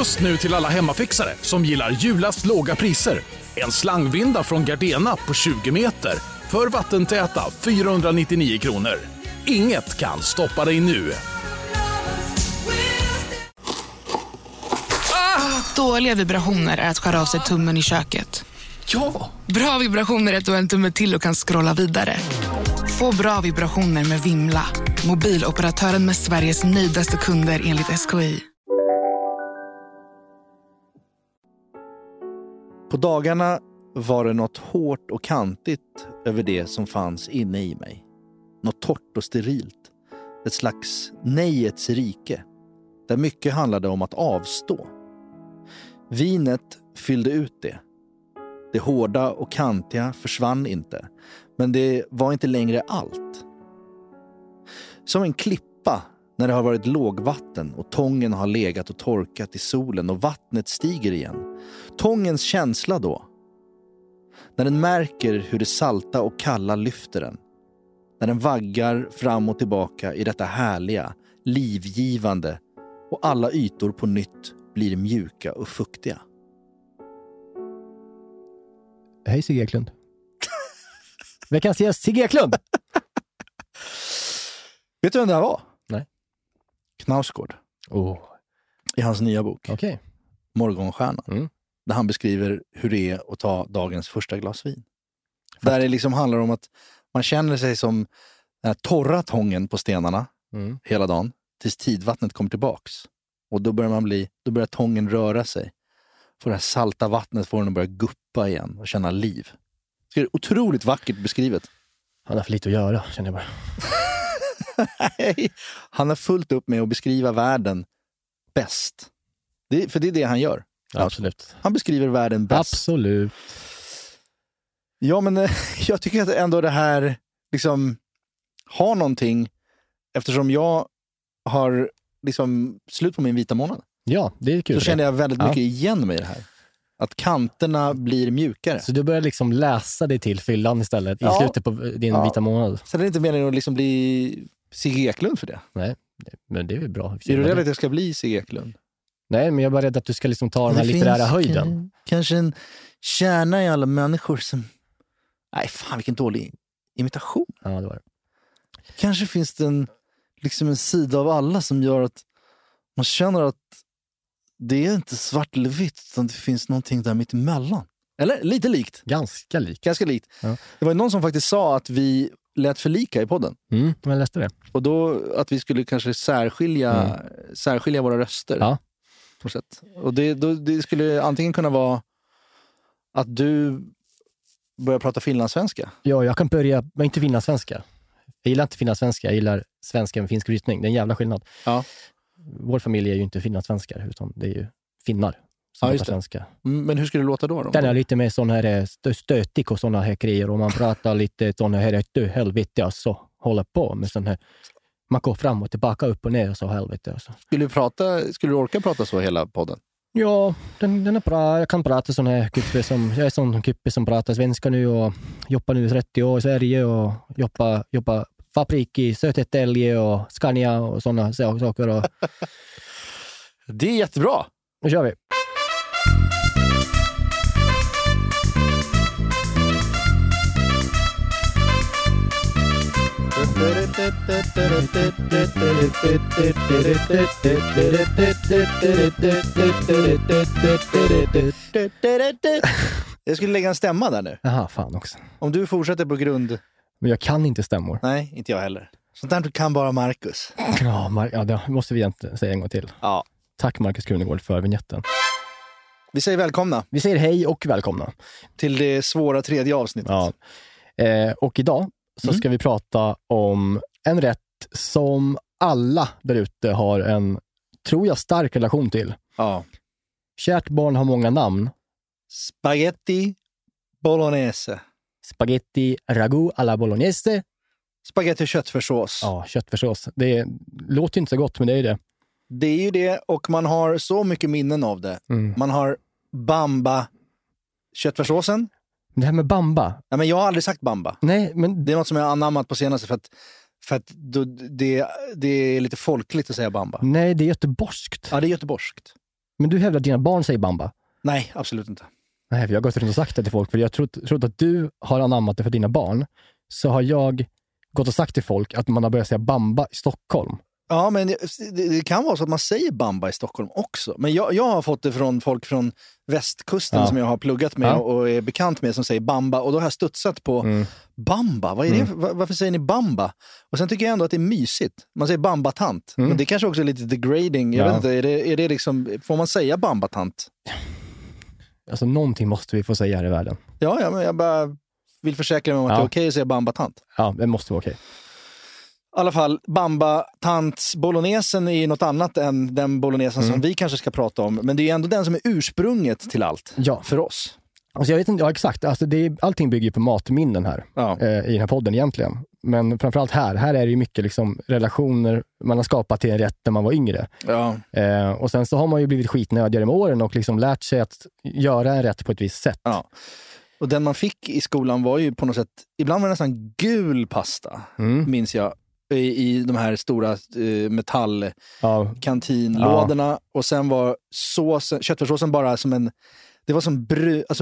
Just nu till alla hemmafixare som gillar Julas låga priser. En slangvinda från Gardena på 20 meter för vattentäta 499 kronor. Inget kan stoppa dig nu. Dåliga vibrationer är att skära av sig tummen i köket. Ja! Bra vibrationer är att du har en tumme till och kan scrolla vidare. Få bra vibrationer med Vimla. Mobiloperatören med Sveriges nöjdaste kunder enligt SKI. På dagarna var det något hårt och kantigt över det som fanns inne i mig. Något torrt och sterilt. Ett slags nejets rike. Där mycket handlade om att avstå. Vinet fyllde ut det. Det hårda och kantiga försvann inte. Men det var inte längre allt. Som en klippa när det har varit lågvatten och tången har legat och torkat i solen och vattnet stiger igen. Tångens känsla då. När den märker hur det salta och kalla lyfter den. När den vaggar fram och tillbaka i detta härliga, livgivande och alla ytor på nytt blir mjuka och fuktiga. Hej Sigge Eklund. Veckans gäst Sigge Eklund. Vet du vem det här var? Nej. Knausgård. I hans nya bok. Okej. Morgonstjärnan. Där han beskriver hur det är att ta dagens första glas vin. Där det liksom handlar om att man känner sig som den här torra tången på stenarna hela dagen. Tills tidvattnet kommer tillbaks. Och då börjar tången röra sig. För det här salta vattnet får den att börja guppa igen och känna liv. Det är otroligt vackert beskrivet. Han har för lite att göra, känner jag bara. Nej, han har fullt upp med att beskriva världen bäst. För det är det han gör. Ja, absolut. Han beskriver världen bäst. Absolut. Ja, men jag tycker att ändå det här liksom har någonting, eftersom jag har liksom slut på min vita månad. Ja, det är kul. Så känner jag väldigt mycket igen mig i det här. Att kanterna blir mjukare. Så du börjar liksom läsa dig till fyllan istället i slutet på din vita månad. Så det är inte meningen att liksom bli Sigge Eklund för det. Nej, men det är väl bra. Är du rädd att jag ska bli Sigge Eklund? Nej, men jag är bara rädd att du ska liksom ta den här litterära höjden. Kanske en kärna i alla människor som... Nej, fan vilken dålig imitation. Ja, det var det. Kanske finns det en sida av alla som gör att man känner att det är inte svart eller vitt, utan det finns någonting där mitt emellan. Eller lite likt. Ganska likt. Ja. Det var någon som faktiskt sa att vi lät för lika i podden. Jag läste det. Och då att vi skulle kanske särskilja våra röster. Ja. På sätt. Och det skulle antingen kunna vara att du börjar prata finlandssvenska. Ja, jag kan börja, men inte finlandssvenska. Jag gillar inte finlandssvenska, jag gillar svenska med finsk brytning. Det är en jävla skillnad. Ja. Vår familj är ju inte finlandssvenskar, utan det är ju finnar som pratar svenska. Men hur skulle det låta då? Den är lite mer sån här stötig och såna här grejer. Och man pratar lite sån här helvete alltså. Håller på med sån här. Man går fram och tillbaka, upp och ner och så helvete alltså. Skulle du orka prata så hela podden? Ja, den är bra. Jag kan prata sån här kuppe som... Jag är sån kuppe som pratar svenska nu och jobbar nu 30 år i Sverige och jobbar fabrik i Södertälje och Scania och såna saker. Och... Det är jättebra. Nu kör vi. Jag skulle lägga en stämma där nu. Jaha, fan också. Om du fortsätter på grund... Men jag kan inte stämmor. Nej, inte jag heller. Sånt där kan bara Marcus. Ja, det måste vi egentligen säga en gång till. Ja. Tack Marcus Krunegård för vignetten. Vi säger välkomna. Vi säger hej och välkomna. Till det svåra 3:e avsnittet. Ja. Och idag så ska vi prata om en rätt som alla där ute har en, tror jag, stark relation till. Ja. Kärt barn har många namn. Spaghetti bolognese. Spaghetti ragu alla bolognese. Spaghetti köttfärssås. Ja, köttfärssås. Det låter inte så gott, men det är ju det. Det är ju det, och man har så mycket minnen av det. Man har bamba köttfärssåsen. Det här med bamba. Ja, men jag har aldrig sagt bamba. Nej, men... Det är något som jag har anammat på senaste för att det är lite folkligt att säga bamba. Nej, det är göteborgskt. Ja, det är göteborgskt. Men du hävdar att dina barn säger bamba? Nej, absolut inte. Nej, för jag har gått runt och sagt det till folk. För jag trodde att du har anammat det för dina barn. Så har jag gått och sagt till folk att man har börjat säga bamba i Stockholm. Ja, men det kan vara så att man säger bamba i Stockholm också. Men jag har fått det från folk från västkusten som jag har pluggat med och är bekant med som säger bamba. Och då har jag studsat på bamba. Vad är det? Varför säger ni bamba? Och sen tycker jag ändå att det är mysigt. Man säger bambatant. Men det kanske också är lite degrading. Jag vet inte, är det liksom, får man säga bambatant? Alltså någonting måste vi få säga här i världen. Ja, men jag bara vill försäkra mig om att det är okej att säga bambatant. Ja, det måste vara okej. I alla fall, bambatants bolognesen är ju något annat än den bolognesen som vi kanske ska prata om. Men det är ju ändå den som är ursprunget till allt för oss. Alltså jag vet inte, exakt. Alltså allting bygger ju på matminnen här i den här podden egentligen. Men framförallt här är det ju mycket liksom relationer man har skapat till en rätt när man var yngre. Ja. Och sen så har man ju blivit skitnödigare med åren och liksom lärt sig att göra en rätt på ett visst sätt. Ja. Och den man fick i skolan var ju på något sätt, ibland var det nästan gul pasta, minns jag. I de här stora metallkantinlådorna. Och sen var köttfärssåsen bara som en... Det var som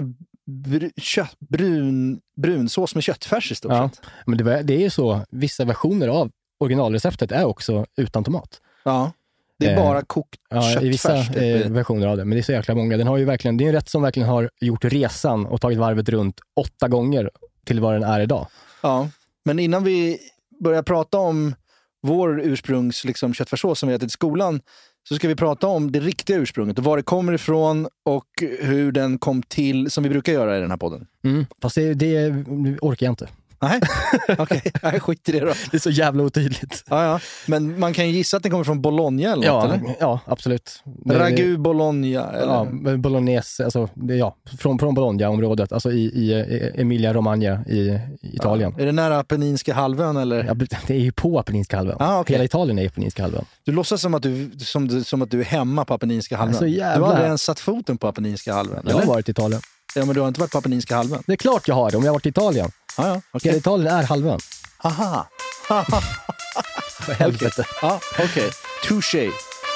brunsås med köttfärs i stort sett. Men det är ju så. Vissa versioner av originalreceptet är också utan tomat. Ja, det är bara kokt köttfärs. I vissa versioner av det. Men det är så jäkla många. Den har ju verkligen, det är en rätt som verkligen har gjort resan och tagit varvet runt 8 gånger till vad den är idag. Ja, men innan vi börja prata om vår ursprungs köttfärssås som vi ätit i skolan, så ska vi prata om det riktiga ursprunget och var det kommer ifrån och hur den kom till, som vi brukar göra i den här podden. Fast det orkar jag inte. Nej, okej. Jag skiter i det då. Det är så jävla otydligt. Ja. Men man kan ju gissa att den kommer från Bologna eller något, eller? Ja, absolut. Ragu Bologna, eller? Ja, Bolognese, alltså, från Bologna-området, alltså i Emilia-Romagna i Italien. Ja. Är det nära Apenninska halvön, eller? Ja, det är ju på Apenninska halvön. Okay. Hela Italien är ju på Apenninska halvön. Du låtsas som att du är hemma på Apenninska halvön. Alltså, du har aldrig ens satt foten på Apenninska halvön, eller? Jag har varit i Italien. Ja, men du har inte varit på Apenninska halvön. Det är klart jag har det, om jag har varit i Italien. Okay. Hela Italien är halvön. Aha. För helvete. Ja, okej. Touché.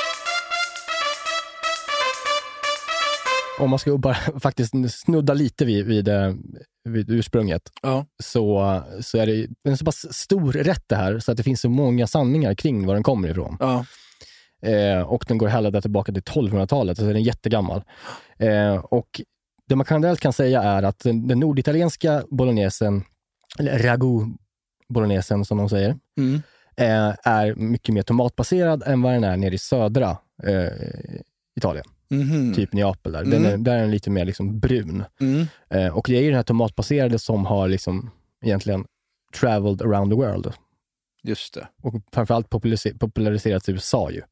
Om man ska bara faktiskt snudda lite vid ursprunget, så är det en så pass stor rätt det här så att det finns så många sanningar kring var den kommer ifrån. Ja. Och den går hela tillbaka till 1200-talet, så den är jättegammal. Och det man generellt kan säga är att den norditalienska bolognesen, eller ragu bolognesen som de säger, är mycket mer tomatbaserad än vad den är nere i södra Italien. Typ Neapel där. Där är den lite mer liksom brun. Och det är ju den här tomatbaserade som har liksom egentligen traveled around the world. Just det. Och framförallt populariserats i USA ju.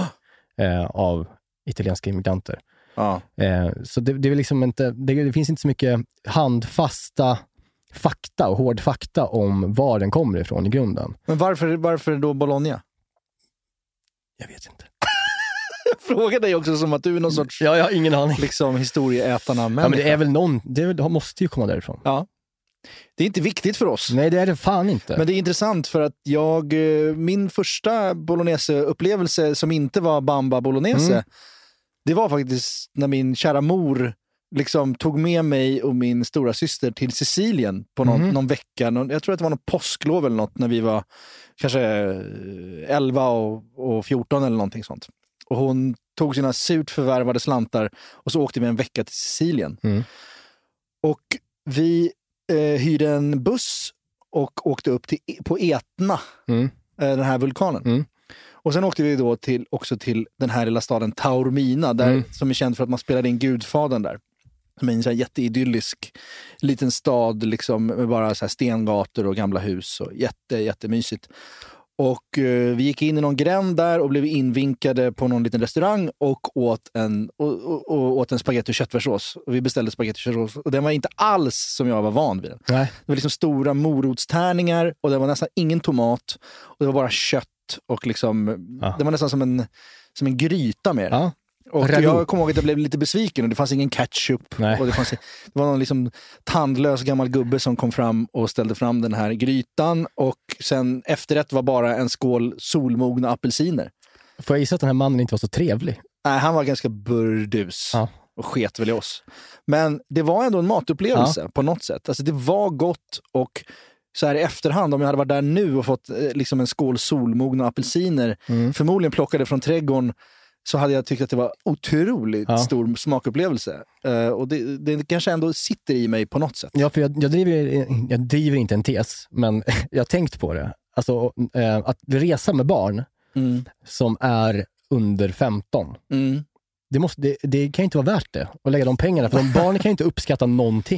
Av italienska immigranter. Ja. Så det är liksom inte, det finns inte så mycket handfasta fakta och hård fakta om var den kommer ifrån i grunden. Men varför då Bologna? Jag vet inte. Jag frågar dig också som att du är någon sorts... Ja, jag har ingen aning. Liksom historieätarna människa. Ja, men det är väl det måste ju komma därifrån. Ja. Det är inte viktigt för oss. Nej, det är det fan inte. Men det är intressant för att min första bolognese-upplevelse som inte var bamba bolognese, det var faktiskt när min kära mor liksom tog med mig och min stora syster till Sicilien på någon vecka. Jag tror att det var någon påsklov eller något när vi var kanske 11 och 14 eller någonting sånt. Och hon tog sina surt förvärvade slantar och så åkte vi en vecka till Sicilien. Och vi hyrde en buss och åkte upp på Etna, den här vulkanen. Och sen åkte vi då också till den här lilla staden Taormina, där, som är känd för att man spelade in Gudfadern där. Som är en så här jätteidyllisk liten stad liksom, med bara så här stengator och gamla hus och jättemysigt. Och vi gick in i någon gränd där och blev invinkade på någon liten restaurang och åt en spagetti och köttfärssås. Och vi beställde spagetti och köttfärssås och den var inte alls som jag var van vid. Nej. Det var liksom stora morotstärningar och det var nästan ingen tomat och det var bara kött och liksom, det var nästan som en gryta med det. Och jag kommer ihåg att jag blev lite besviken och det fanns ingen ketchup. Och det var någon liksom tandlös gammal gubbe som kom fram och ställde fram den här grytan och sen efterrätt var bara en skål solmogna apelsiner. Får jag gissa att den här mannen inte var så trevlig? Nej, han var ganska burdus. Ja. Och sket väl i oss. Men det var ändå en matupplevelse på något sätt. Alltså det var gott och så här i efterhand, om jag hade varit där nu och fått liksom en skål solmogna apelsiner, förmodligen plockade från trädgården, så hade jag tyckt att det var otroligt stor smakupplevelse. Och det kanske ändå sitter i mig på något sätt. Ja, för jag driver inte en tes, men jag har tänkt på det. Alltså att resa med barn som är under 15. Det kan ju inte vara värt det att lägga de pengarna, för de barnen kan ju inte uppskatta någonting.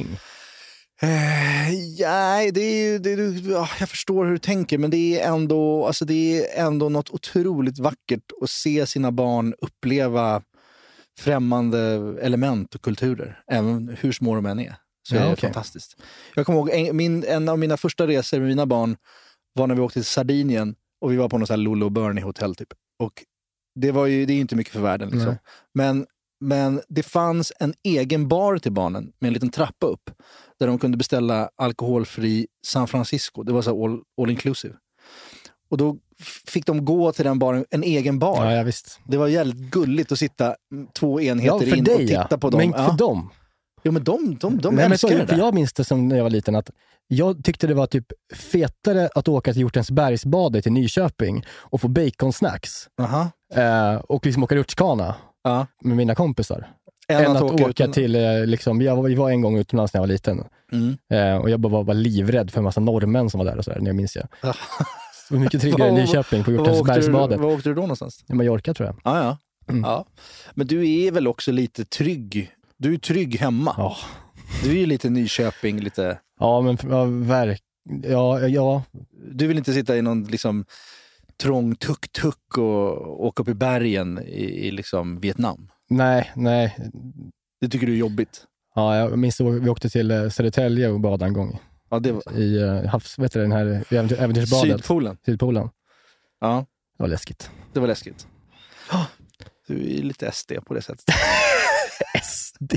Nej, jag förstår hur du tänker, men det är ändå något otroligt vackert att se sina barn uppleva främmande element och kulturer, även hur små de än är. Så är det fantastiskt. Jag kommer ihåg en av mina första resor med mina barn var när vi åkte till Sardinien och vi var på något så här Lolo Bernie hotell typ. Och det är inte mycket för världen liksom. Men det fanns en egen bar till barnen med en liten trappa upp där de kunde beställa alkoholfri San Francisco. Det var så all inclusive. Och då fick de gå till den baren, en egen bar. Ja, visst. Det var jävligt gulligt att sitta 2 enheter in och titta på dem. Men för dem? Jo, men de älskar det. För jag minns det som när jag var liten, att jag tyckte det var typ fetare att åka till Hjortensbergsbadet i Nyköping och få baconsnacks. Och liksom åka rutschkana med mina kompisar. Än att åka till, liksom, vi var en gång utomlands när jag var liten. Och jag bara var livrädd för en massa norrmän som var där och sådär, när jag minns jag. Det var mycket tryggare i Nyköping på Hjortensbergsbadet. Var åkte du då någonstans? I Mallorca, tror jag. Ja. Men du är väl också lite trygg? Du är trygg hemma. Ja. Du är ju lite Nyköping, lite... Ja, men ja. Du vill inte sitta i någon liksom trång tuk-tuk och åka upp i bergen i liksom Vietnam? Nej. Det tycker du är jobbigt? Ja, jag minns att vi åkte till Södertälje och badade en gång. Ja, det var... I den här äventyrsbadet. Sydpolen. Ja. Det var läskigt. Det var läskigt. Du är lite SD på det sättet. SD.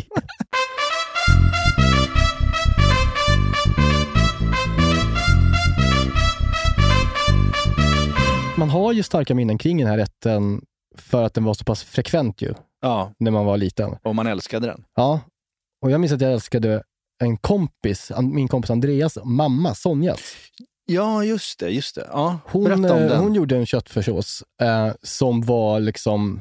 Man har ju starka minnen kring den här rätten för att den var så pass frekvent ju. Ja. När man var liten. Och man älskade den. Ja. Och jag minns att jag älskade min kompis Andreas mamma, Sonja. Ja, just det. Ja, berätta om den. Hon gjorde en köttfärssås som var liksom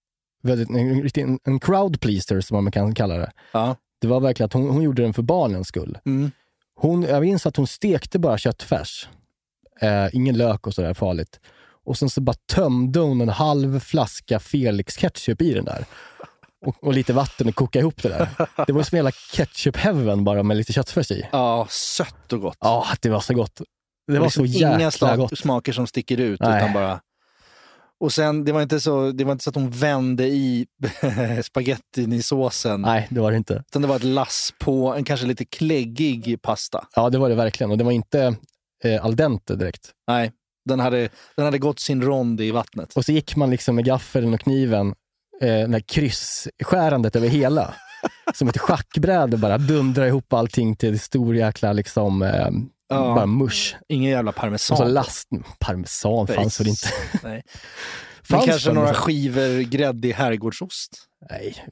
en crowd pleaser, som man kan kalla det. Ja. Det var verkligen att hon gjorde den för barnens skull. Jag minns att hon stekte bara köttfärs. Ingen lök och sådär farligt. Och sen så bara tömde hon en halv flaska Felix ketchup i den där. Och lite vatten och koka ihop det där. Det var som hela ketchup-heaven bara med lite köttfärs i. Ja, sött och gott. Ja, det var så gott. Det var liksom så jäkla gott. Smaker som sticker ut. Utan bara... Och sen, det var inte så att hon vände i spagettin i såsen. Nej, det var det inte. Utan det var ett lass på en kanske lite kläggig pasta. Ja, det var det verkligen. Och det var inte al dente direkt. Nej, den hade gått sin rond i vattnet. Och så gick man liksom med gaffeln och kniven när krysskärandet över hela. Som ett schackbräde, bara dundra ihop allting till stor jäkla liksom... bara mush. Ingen jävla parmesan. Och så parmesan fanns väl inte. Nej. Men kanske några skivor gräddig herrgårdsost? Nej.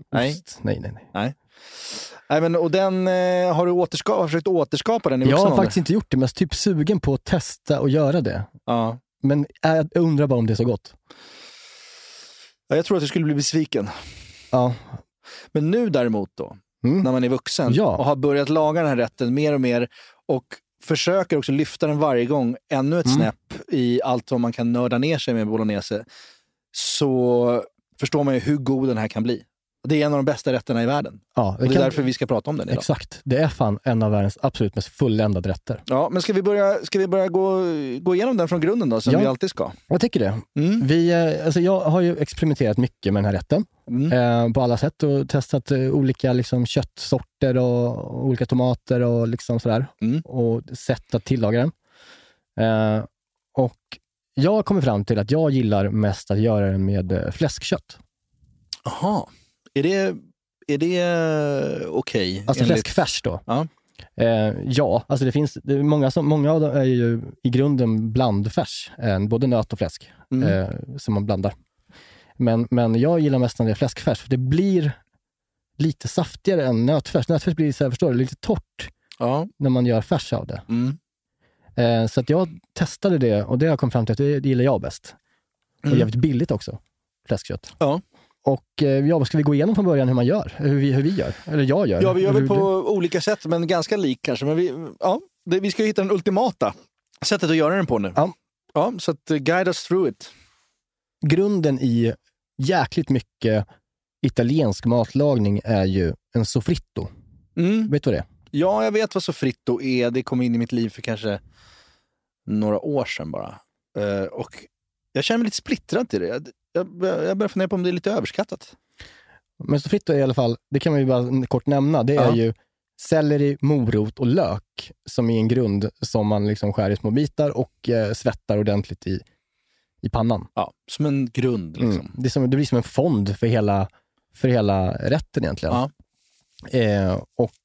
Nej, men och den har du försökt återskapa den i vuxen ålder? Jag har ålder? faktiskt inte gjort det, men jag är typ sugen på att testa och göra det. Ja. Men jag undrar bara om det är så gott. Ja, jag tror att du skulle bli besviken. Ja. Men nu däremot då, när man är vuxen och har börjat laga den här rätten mer och mer och försöker också lyfta den varje gång ännu ett snäpp i allt vad man kan nörda ner sig med bolognese, så förstår man ju hur god den här kan bli. Det är en av de bästa rätterna i världen. Ja, det är därför vi ska prata om den idag. Exakt. Det är fan en av världens absolut mest fulländade rätter. Ja, men ska vi börja gå igenom den från grunden då, som vi alltid ska? Jag tycker det. Jag har ju experimenterat mycket med den här rätten. På alla sätt och testat olika liksom, köttsorter och olika tomater och liksom sådär. Och sätt att tillaga den. Och jag kommer fram till att jag gillar mest att göra den med fläskkött. Aha. Är det okej? Alltså fläskfärs då? Ja. Ja, alltså det finns många av dem är ju i grunden blandfärs, både nöt och fläsk som man blandar. Men jag gillar mest när det är fläskfärs, för det blir lite saftigare än nötfärs. Nötfärs blir så här, förstår du, lite torrt när man gör färs av det. Så att jag testade det och det har jag kommit fram till att det gillar jag bäst. Och jävligt billigt också, fläskkött. Ja. Och ska vi gå igenom från början hur man gör? Hur vi gör? Eller jag gör? Ja, vi gör väl på olika sätt, men ganska lik kanske. Men vi ska hitta den ultimata sättet att göra den på nu. Ja, så att guide us through it. Grunden i jäkligt mycket italiensk matlagning är ju en soffritto. Vet du vad det är? Ja, jag vet vad soffritto är. Det kom in i mitt liv för kanske några år sedan bara. Och jag känner mig lite splittrad till det. Jag börjar fundera på om det är lite överskattat. Men soffritto är i alla fall, det kan man ju bara kort nämna, det är ju selleri, morot och lök som är en grund som man liksom skär i små bitar och svettar ordentligt i pannan. Ja, som en grund liksom. Det blir som en fond för hela rätten egentligen. Ja.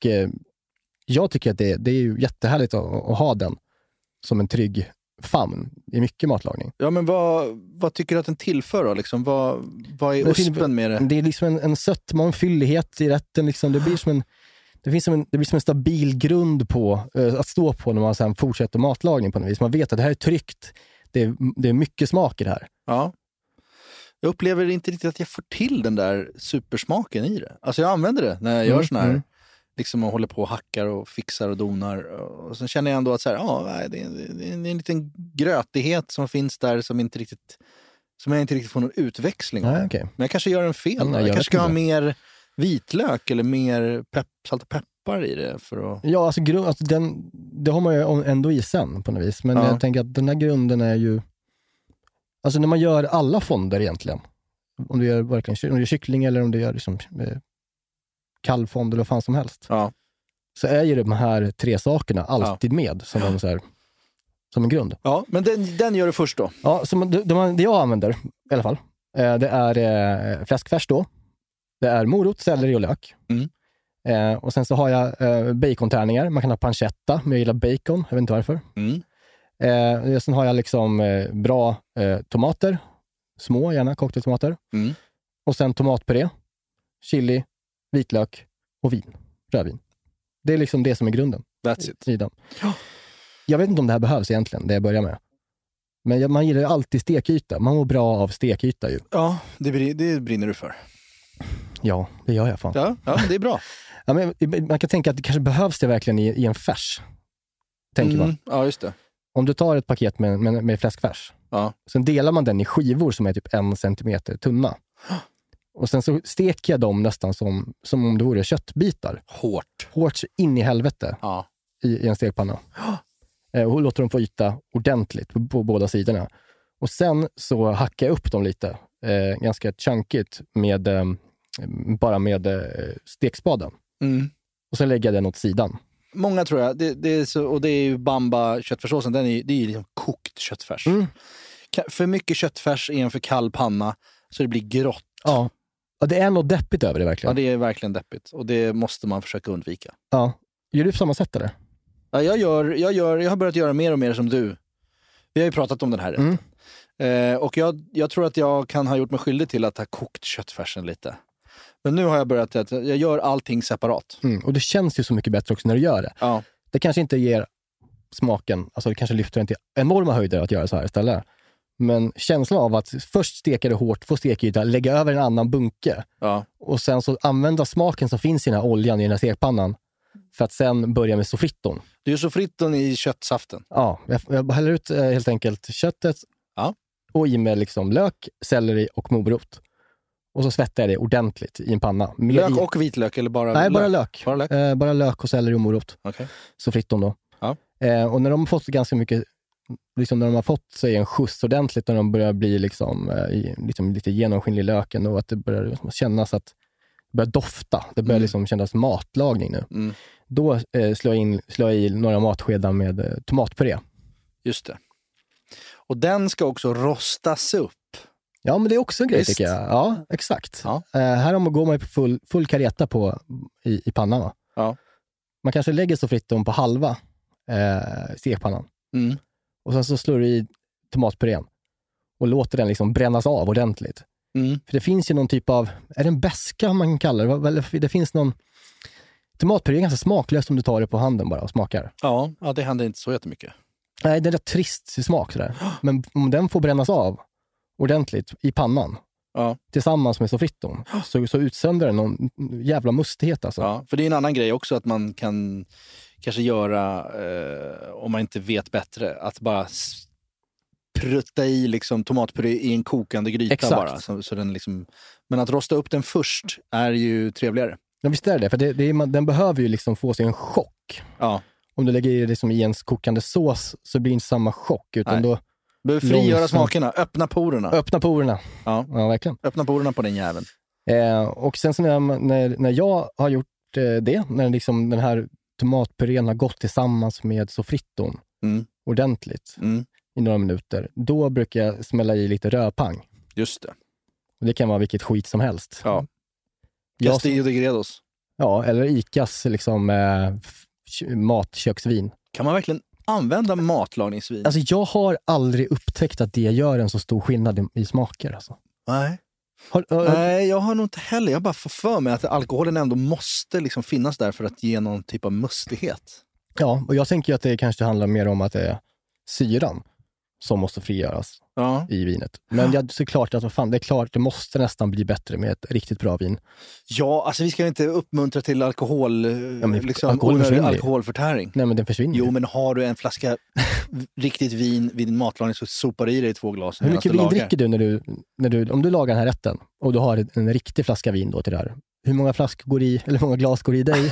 Jag tycker att det är ju jättehärligt att ha den som en trygg famn i mycket matlagning. Ja, men vad tycker du att den tillför då? Liksom, vad är uspen med det? Det är liksom en sötma och en fyllighet i rätten. Liksom. Det blir som en stabil grund på att stå på när man sen fortsätter matlagning på något vis. Man vet att det här är tryggt. Det är mycket smak i det här. Ja. Jag upplever inte riktigt att jag får till den där supersmaken i det. Alltså jag använder det när jag gör såna här liksom och håller på och hackar och fixar och donar. Och så känner jag ändå att så här, det är en liten grötighet som finns där som jag inte riktigt får någon utväxling av. Okay. Men jag kanske gör en fel. Jag kanske ska ha mer vitlök eller mer salt och peppar i det för att... Ja, alltså det har man ju ändå i sen på något vis. Men jag tänker att den här grunden är ju... Alltså när man gör alla fonder egentligen, om du gör kyckling eller om du gör liksom, kalvfond eller vad fan som helst, så är ju de här 3 sakerna alltid med som en grund. Ja, men den gör du först då? Ja, så det jag använder i alla fall, det är fläskfärs då, det är morot, selleri och lök. Och sen så har jag bacontärningar. Man kan ha pancetta, men jag gillar bacon, jag vet inte varför. Sen har jag liksom bra tomater, små gärna cocktailtomater. Och sen tomatpuré, chili, vitlök och rödvin. Det är liksom det som är grunden. That's it. I den. Jag vet inte om det här behövs egentligen, det jag börjar med. Men man gillar ju alltid stekyta. Man mår bra av stekyta ju. Ja, det brinner du för. Ja, det gör jag fan. Ja, det är bra. Ja, men man kan tänka att det kanske behövs det verkligen i en färs. Tänker man. Ja, just det. Om du tar ett paket med fläskfärs. Sen delar man den i skivor som är typ 1 centimeter tunna. Och sen så steker jag dem nästan som om det vore köttbitar. Hårt in i helvete i en stekpanna. Och låter dem få yta ordentligt på båda sidorna. Och sen så hackar jag upp dem lite. Ganska chunkigt bara med stekspaden. Och sen lägger jag den åt sidan. Många tror jag, det är så, och det är ju bamba köttfärssåsen, det är liksom kokt köttfärs. För mycket köttfärs i en för kall panna så det blir grått. Ja, det är något deppigt över det verkligen. Ja, det är verkligen deppigt och det måste man försöka undvika. Ja, gör du på samma sätt eller? Ja, jag har börjat göra mer och mer som du. Vi har ju pratat om den här rätten. Och jag tror att jag kan ha gjort mig skyldig till att ha kokt köttfärsen lite. Men nu har jag börjat att jag gör allting separat. Och det känns ju så mycket bättre också när du gör det. Ja. Det kanske inte ger smaken, alltså det kanske lyfter den till enorma höjder att göra så här istället. Men känslan av att först steka det hårt, få stekyta, lägga över en annan bunke. Och sen så använda smaken som finns i den här oljan i den här stekpannan för att sen börja med soffritton. Du gör soffritton i köttsaften? Ja, jag häller ut helt enkelt köttet och i med liksom lök, selleri och morot. Och så svettar jag det ordentligt i en panna. Lök och vitlök eller bara Nej, lök? Bara lök. Bara lök och selleri och morot. Okay. Soffritton då. Ja. Och när de har fått ganska mycket, liksom när de har fått sig en skjuts ordentligt, när de börjar bli liksom lite genomskinlig löken och att det börjar liksom kännas att det börjar dofta. Det börjar liksom kännas matlagning nu. Då slår jag i några matskedar med tomatpuré. Just det. Och den ska också rostas upp. Ja, men det är också en grej tycker jag. Ja, exakt. Ja. Här går man ju på full kareta i pannan. Va? Ja. Man kanske lägger soffritton på halva stekpannan. Och sen så slår du i tomatpurén och låter den liksom brännas av ordentligt. För det finns ju någon typ av, är det en beska man kan kalla det? Det finns någon, tomatpuré är ganska smaklöst om du tar det på handen bara och smakar. Ja, det händer inte så jättemycket. Nej, det är rätt trist smak sådär. Men om den får brännas av ordentligt i pannan tillsammans med sofritton så utsöndrar den någon jävla mustighet alltså. Ja, för det är en annan grej också att man kan kanske göra, om man inte vet bättre, att bara prutta i liksom tomatpuré i en kokande gryta. Exakt. Bara. Så den liksom, men att rosta upp den först är ju trevligare. Ja, visst är det. För den behöver ju liksom få sig en chock. Ja. Om du lägger i det som i en kokande sås så blir det inte samma chock. Utan då behöver frigöra smakerna. Öppna porerna. Öppna porerna. Ja, verkligen. Öppna porerna på den jäveln. Och sen så när jag har gjort det, när liksom den här tomatpurén har gått tillsammans med sofritton ordentligt i några minuter, då brukar jag smälla i lite rödpang. Just det. Och det kan vara vilket skit som helst. Ja. Castillo de Gredos. Ja, eller Icas liksom matköksvin. Kan man verkligen använda matlagningsvin? Alltså jag har aldrig upptäckt att det gör en så stor skillnad i smaker. Alltså. Nej. Nej, jag har nog inte heller. Jag bara får för mig att alkoholen ändå måste liksom finnas där för att ge någon typ av mustighet. Ja, och jag tänker att det kanske handlar mer om att det är syran som måste frigöras i vinet. Men såklart att det är klart, det måste nästan bli bättre med ett riktigt bra vin. Ja, alltså vi ska inte uppmuntra till alkoholförtäring. Nej, men den försvinner. Jo, men har du en flaska riktigt vin vid din matlagning så sopar du i dig 2 glas. Hur mycket vin dricker du när du om du lagar den här rätten och du har en riktig flaska vin då till det här? Hur många flaskor går i, eller hur många glas går i dig?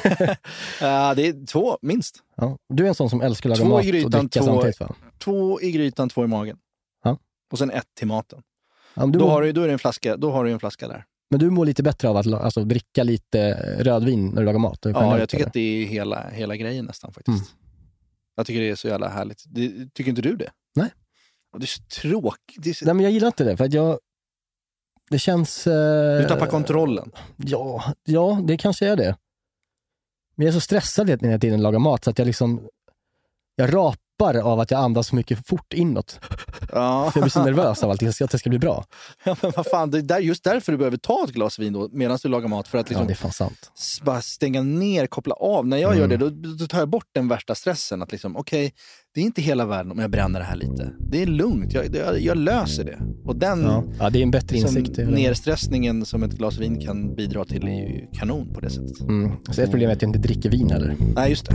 Det är 2, minst. Ja. Du är en sån som älskar att laga mat och dricka samtidigt, va? 2 i grytan, 2 i magen. Ja. Och sen 1 till maten. Ja, då har du en flaska där. Men du mår lite bättre av att dricka lite rödvin när du lagar mat? Ja, jag tycker att det är hela grejen nästan faktiskt. Jag tycker det är så jävla härligt. Tycker inte du det? Nej. Det är så tråkigt. Nej, men jag gillar inte det, för att det känns... Du tappar kontrollen. Ja, det kanske är det. Men jag är så stressad när jag tiden lagar mat så att jag rapar av att jag andas så mycket fort inåt. Ja. För jag blir så nervös av allting, att det ska bli bra. Ja, men vad fan, det är just därför du behöver ta ett glas vin då, medan du lagar mat, för att liksom, det är fan sant. Bara stänga ner, koppla av. När jag gör det, då tar jag bort den värsta stressen. Att liksom, okej, det är inte hela världen om jag bränner det här lite. Det är lugnt, jag löser det. Och den det är en bättre insikt. Nerstressningen som ett glas vin kan bidra till är ju kanon på det sättet. Så ett problem är att jag inte dricker vin heller. Nej, just det.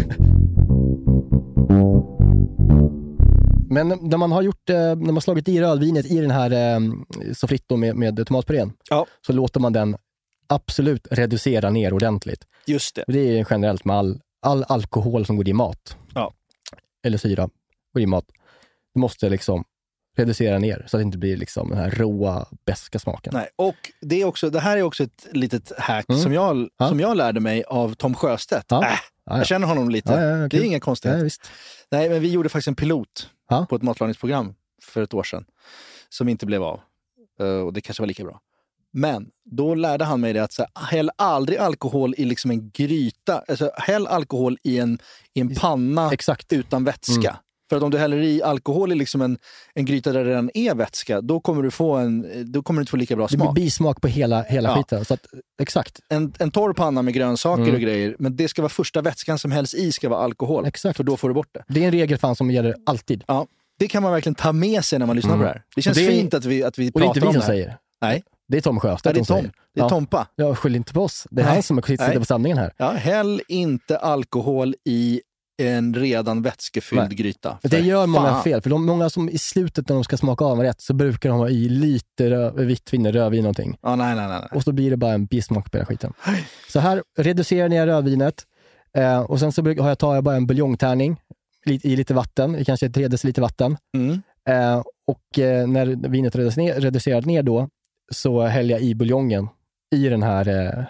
Men när man har när man slagit i rödvinet i den här sofritto med tomatpurén, så låter man den absolut reducera ner ordentligt. Just det. Det är generellt med all alkohol som går i mat. Ja. Eller syra går i mat. Du måste liksom reducera ner så att det inte blir liksom den här råa, beska smaken. Nej, och det här är också ett litet hack som jag lärde mig av Tom Sjöstedt. Jag känner honom lite. Okay. Det är inga konstigheter. Nej, men vi gjorde faktiskt en pilot på ett matlagningsprogram för ett år sedan som inte blev av. Och det kanske var lika bra. Men då lärde han mig det att häll aldrig alkohol i liksom en gryta. Alltså häll alkohol i en panna utan vätska. För att om du häller i alkohol i liksom en gryta där det redan är vätska, då kommer du inte få lika bra smak. Det blir bismak på hela skiten. Så att, exakt. En torr panna med grönsaker och grejer, men det ska vara första vätskan som hälls i ska vara alkohol. Exakt. För då får du bort det. Det är en regel som gäller alltid. Ja, det kan man verkligen ta med sig när man lyssnar på det här. Det känns fint att vi pratar om det. Och det är inte vi som här. Säger. Nej. Det är Tom Sjöstedt som säger. Det är Tompa. Jag skyller inte på oss. Det är han som sitter på sanningen här. Ja, häll inte alkohol i en redan vätskefylld gryta. Det gör många fel. För många som i slutet när de ska smaka av rätt så brukar de ha i lite vitt vin, rödvin någonting. Nej. Och så blir det bara en bismak på den skiten. Så här reducerar ni rödvinet. Och sen så tar jag bara en buljongtärning i lite vatten. I kanske 3 deciliter vatten. Och när vinet reducerat ner då så häller jag i buljongen i den här...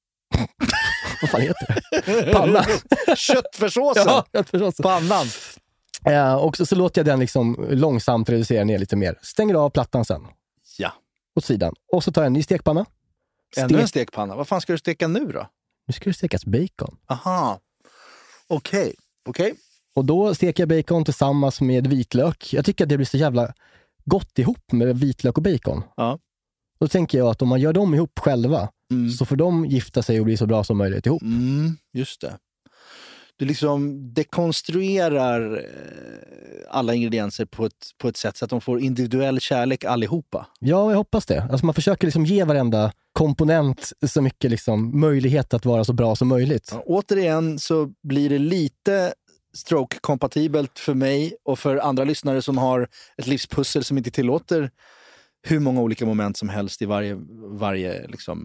Vad fan heter det? Pannan. Köttfärssåsen. Ja, köttfärssåsen. Pannan. Och så låter jag den liksom långsamt reducera ner lite mer. Stänger av plattan sen. Ja. Åt sidan. Och så tar jag en ny stekpanna. Ännu en stekpanna. Vad fan ska du steka nu då? Nu ska det stekas bacon. Aha. Okej. Och då steker jag bacon tillsammans med vitlök. Jag tycker att det blir så jävla gott ihop med vitlök och bacon. Ja. Då tänker jag att om man gör dem ihop själva så får de gifta sig och bli så bra som möjligt ihop. Just det. Du liksom dekonstruerar alla ingredienser på ett sätt så att de får individuell kärlek allihopa. Ja, jag hoppas det. Alltså man försöker liksom ge varenda komponent så mycket liksom möjlighet att vara så bra som möjligt. Ja, återigen så blir det lite stroke-kompatibelt för mig och för andra lyssnare som har ett livspussel som inte tillåter hur många olika moment som helst i varje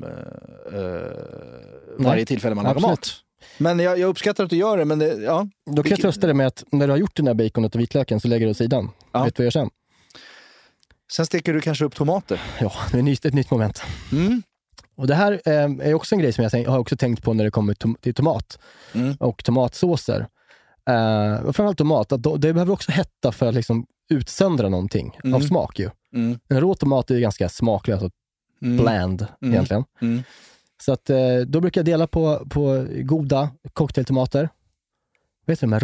tillfälle man har mat. Men jag uppskattar att du gör det. Men ja. Då kan jag trösta dig med att när du har gjort den här baconet och vitlöken så lägger du åt sidan. Ja. Vet du vad jag gör sen? Sen steker du kanske upp tomater. Ja, det är ett nytt moment. Och det här är också en grej som jag har också tänkt på när det kommer till tomat och tomatsåser. Och framförallt tomat, att det behöver också hetta för att liksom utsöndra någonting av smak ju. En rå tomat är ju ganska smaklös och bland egentligen. Så att då brukar jag dela på goda cocktailtomater. Vet du de här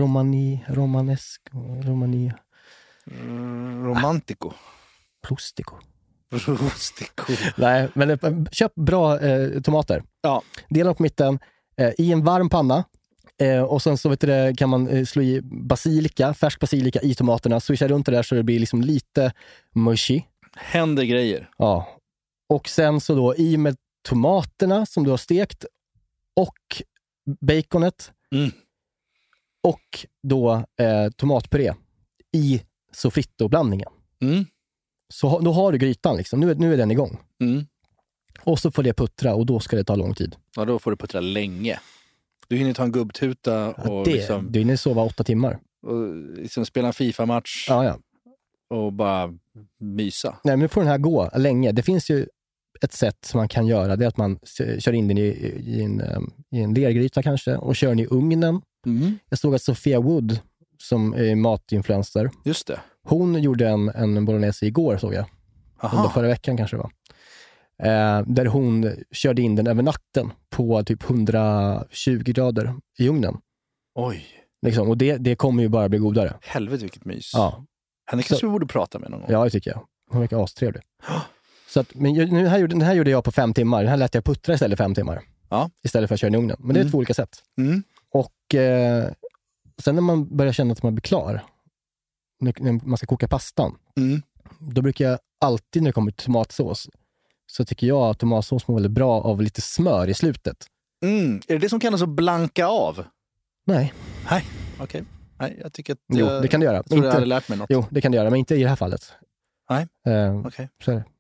Romantico. Plustico. Rustico. Nej, men köp bra tomater. Ja. Dela på mitten i en varm panna. Och sen så kan man slå i färsk basilika i tomaterna, swisha runt det där så det blir liksom lite mushy. Händer grejer. Ja. Och sen så då i med tomaterna som du har stekt och baconet och då tomatpuré i sofrito-blandningen. Så då har du grytan liksom. Nu är den igång. Och så får det puttra och då ska det ta lång tid. Ja, då får du puttra länge. Du hinner ta en gubbtuta och du hinner sova 8 timmar. Och liksom spela en FIFA-match. Ja. Och bara mysa. Nej, men nu får den här gå länge. Det finns ju ett sätt som man kan göra. Det är att man kör in den i en lergryta kanske och kör den i ugnen. Jag såg att Sofia Wood som är matinfluencer. Just det. Hon gjorde en bolognese igår såg jag. Under förra veckan kanske det var. Där hon körde in den över natten på typ 120 grader i ugnen. Oj. Liksom, och det kommer ju bara bli godare. Helvete vilket mys. Ja. Henne kanske vi borde prata med någon gång. Ja, det tycker jag. Hon verkar astrevlig. Så att, men den här gjorde jag på 5 timmar. Den här lät jag puttra istället 5 timmar. Ja. Istället för att köra i ugnen. Men det är 2 olika sätt. Och sen när man börjar känna att man blir klar, när man ska koka pastan, då brukar jag alltid när det kommer till tomatsås, så tycker jag att tomatsås mår väldigt bra av lite smör i slutet. Är det som kallas att blanka av? Nej. Nej, okej. Nej, jag tycker att... Jo, det kan du göra. Jag tror jag hade lärt mig något. Jo, det kan du göra, men inte i det här fallet. Nej, okej. Så är det.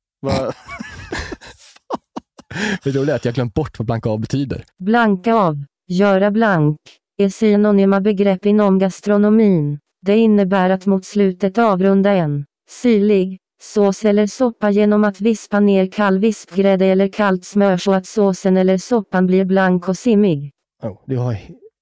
Det är roligt att jag glömt bort vad blanka av betyder. Blanka av, göra blank, är synonyma begrepp inom gastronomin. Det innebär att mot slutet avrunda en syrlig sås eller soppa genom att vispa ner kall vispgrädde eller kallt smör så att såsen eller soppan blir blank och simmig. Du har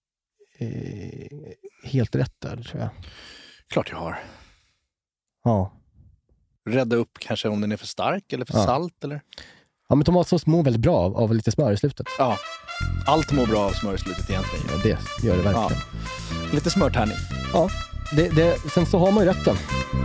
helt rätt där, tror jag. Klart jag har. Ja. Rädda upp kanske om den är för stark eller för salt eller? Ja, men tomatsås mår väldigt bra av lite smör i slutet. Ja. Allt mår bra av smör i slutet egentligen. Ja, det gör det verkligen. Ja. Lite smörtärning. Ja. Sen så har man ju rätten.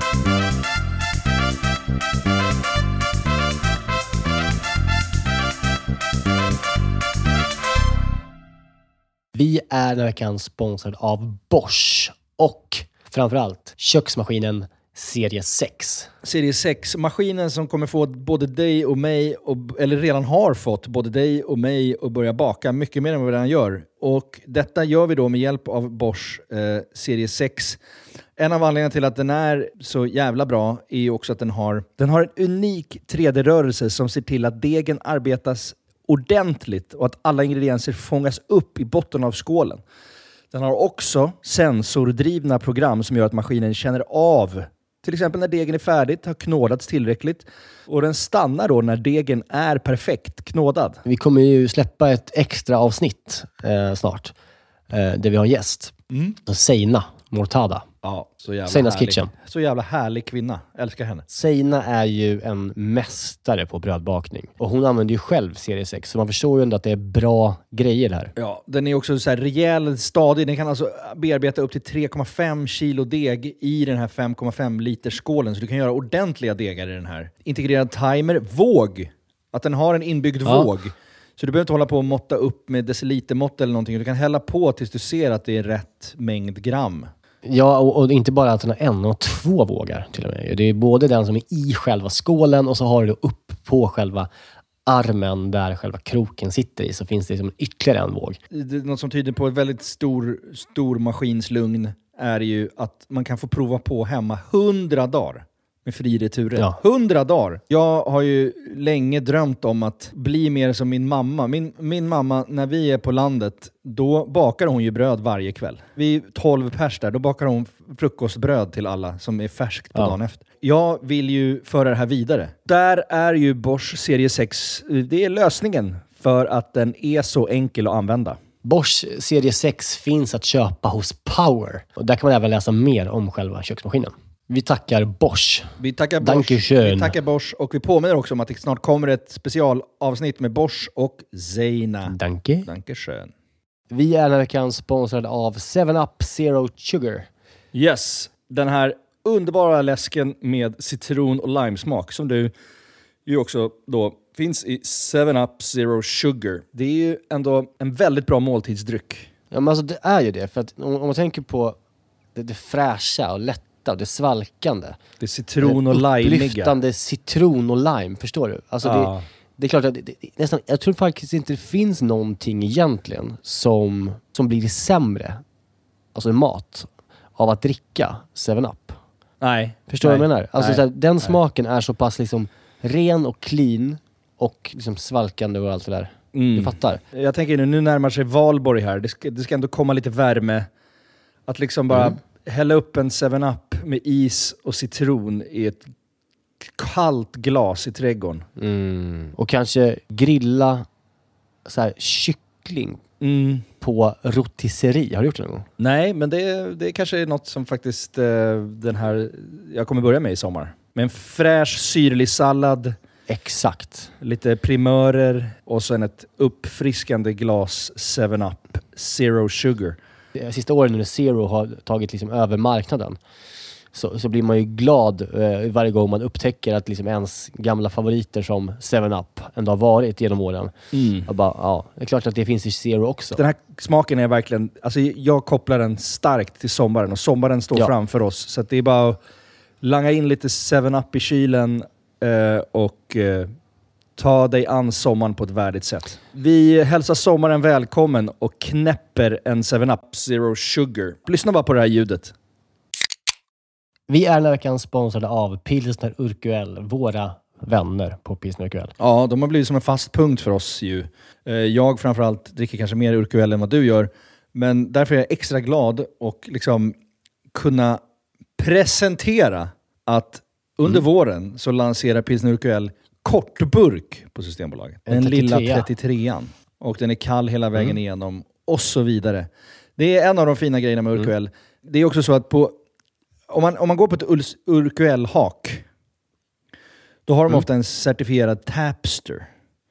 Vi är den här veckan sponsrad av Bosch och framförallt köksmaskinen Serie 6. Serie 6, maskinen som kommer få både dig och mig, eller redan har fått både dig och mig att börja baka mycket mer än vad vi redan gör. Och detta gör vi då med hjälp av Bosch Serie 6. En av anledningarna till att den är så jävla bra är ju också att den har en unik 3D-rörelse som ser till att degen arbetas ordentligt och att alla ingredienser fångas upp i botten av skålen. Den har också sensordrivna program som gör att maskinen känner av till exempel när degen är färdigt, har knådats tillräckligt, och den stannar då när degen är perfekt knådad. Vi kommer ju släppa ett extra avsnitt snart där vi har en gäst. Seina Mortada. Ja, så jävla Seinas härlig. Kitchen. Så jävla härlig kvinna. Älskar henne. Seina är ju en mästare på brödbakning. Och hon använder ju själv serie 6. Så man förstår ju ändå att det är bra grejer här. Ja, den är också så här rejäl, stadig. Den kan alltså bearbeta upp till 3,5 kilo deg i den här 5,5 liters skålen. Så du kan göra ordentliga degar i den här. Integrerad timer. Våg. Att den har en inbyggd våg. Så du behöver inte hålla på och måtta upp med decilitermått eller någonting. Du kan hälla på tills du ser att det är rätt mängd gram. Ja, och inte bara att den har 1 och 2 vågar till och med. Det är både den som är i själva skålen och så har du upp på själva armen där själva kroken sitter i, så finns det liksom ytterligare en våg. Något som tyder på ett väldigt stor maskinslugn är ju att man kan få prova på hemma 100 dagar med fri retur. Ja. 100 dagar! Jag har ju länge drömt om att bli mer som min mamma. Min mamma, när vi är på landet, då bakar hon ju bröd varje kväll. Vi är 12 pers där, då bakar hon frukostbröd till alla som är färskt på dagen efter. Jag vill ju föra det här vidare. Där är ju Bosch serie 6, det är lösningen för att den är så enkel att använda. Bosch serie 6 finns att köpa hos Power. Och där kan man även läsa mer om själva köksmaskinen. Vi tackar Bosch. Vi tackar Bosch. Dankeschön. Vi tackar Bosch och vi påminner också om att det snart kommer ett specialavsnitt med Bosch och Seina. Danke. Dankeschön. Vi är den här veckan sponsrade av 7up Zero Sugar. Yes, den här underbara läsken med citron och limesmak som du ju också då finns i 7up Zero Sugar. Det är ju ändå en väldigt bra måltidsdryck. Ja, men alltså det är ju det. För att om man tänker på det fräscha och lätta och det svalkande. Det är citron och lime. Upplyftande citron och lime, förstår du? Alltså det är klart att nästan, jag tror faktiskt inte det finns någonting egentligen som blir sämre, alltså mat, av att dricka 7up. Nej. Förstår du vad jag menar? Alltså så här, den smaken är så pass liksom ren och clean och liksom svalkande och allt det där. Du fattar? Jag tänker nu närmar sig Valborg här. Det ska ändå komma lite värme. Att liksom bara hälla upp en 7up med is och citron i ett kallt glas i trädgården. Och kanske grilla så här kyckling på rotisserie. Har du gjort det någon gång? Nej, men det kanske är något som faktiskt den här jag kommer börja med i sommar. Med en fräsch syrlig sallad. Exakt. Lite primörer och sen ett uppfriskande glas 7up Zero Sugar. Sista åren när Zero har tagit liksom över marknaden så blir man ju glad varje gång man upptäcker att liksom ens gamla favoriter som 7up ändå har varit genom åren. Och bara, det är klart att det finns i Zero också. Den här smaken är verkligen, alltså jag kopplar den starkt till sommaren och sommaren står framför oss. Så att det är bara att langa in lite 7up i kylen och ta dig an sommaren på ett värdigt sätt. Vi hälsar sommaren välkommen och knäpper en 7up Zero Sugar. Lyssna bara på det här ljudet. Vi är den här veckan sponsrade av Pilsner Urquell, våra vänner på Pilsner Urquell. Ja, de har blivit som en fast punkt för oss ju. Jag framförallt dricker kanske mer Urquell än vad du gör. Men därför är jag extra glad och liksom kunna presentera att under våren så lanserar Pilsner Urquell kortburk på Systembolaget. Den lilla 33an. Och den är kall hela vägen igenom och så vidare. Det är en av de fina grejerna med Urquell. Det är också så att om man går på ett Urquell-hak då har de ofta en certifierad tapster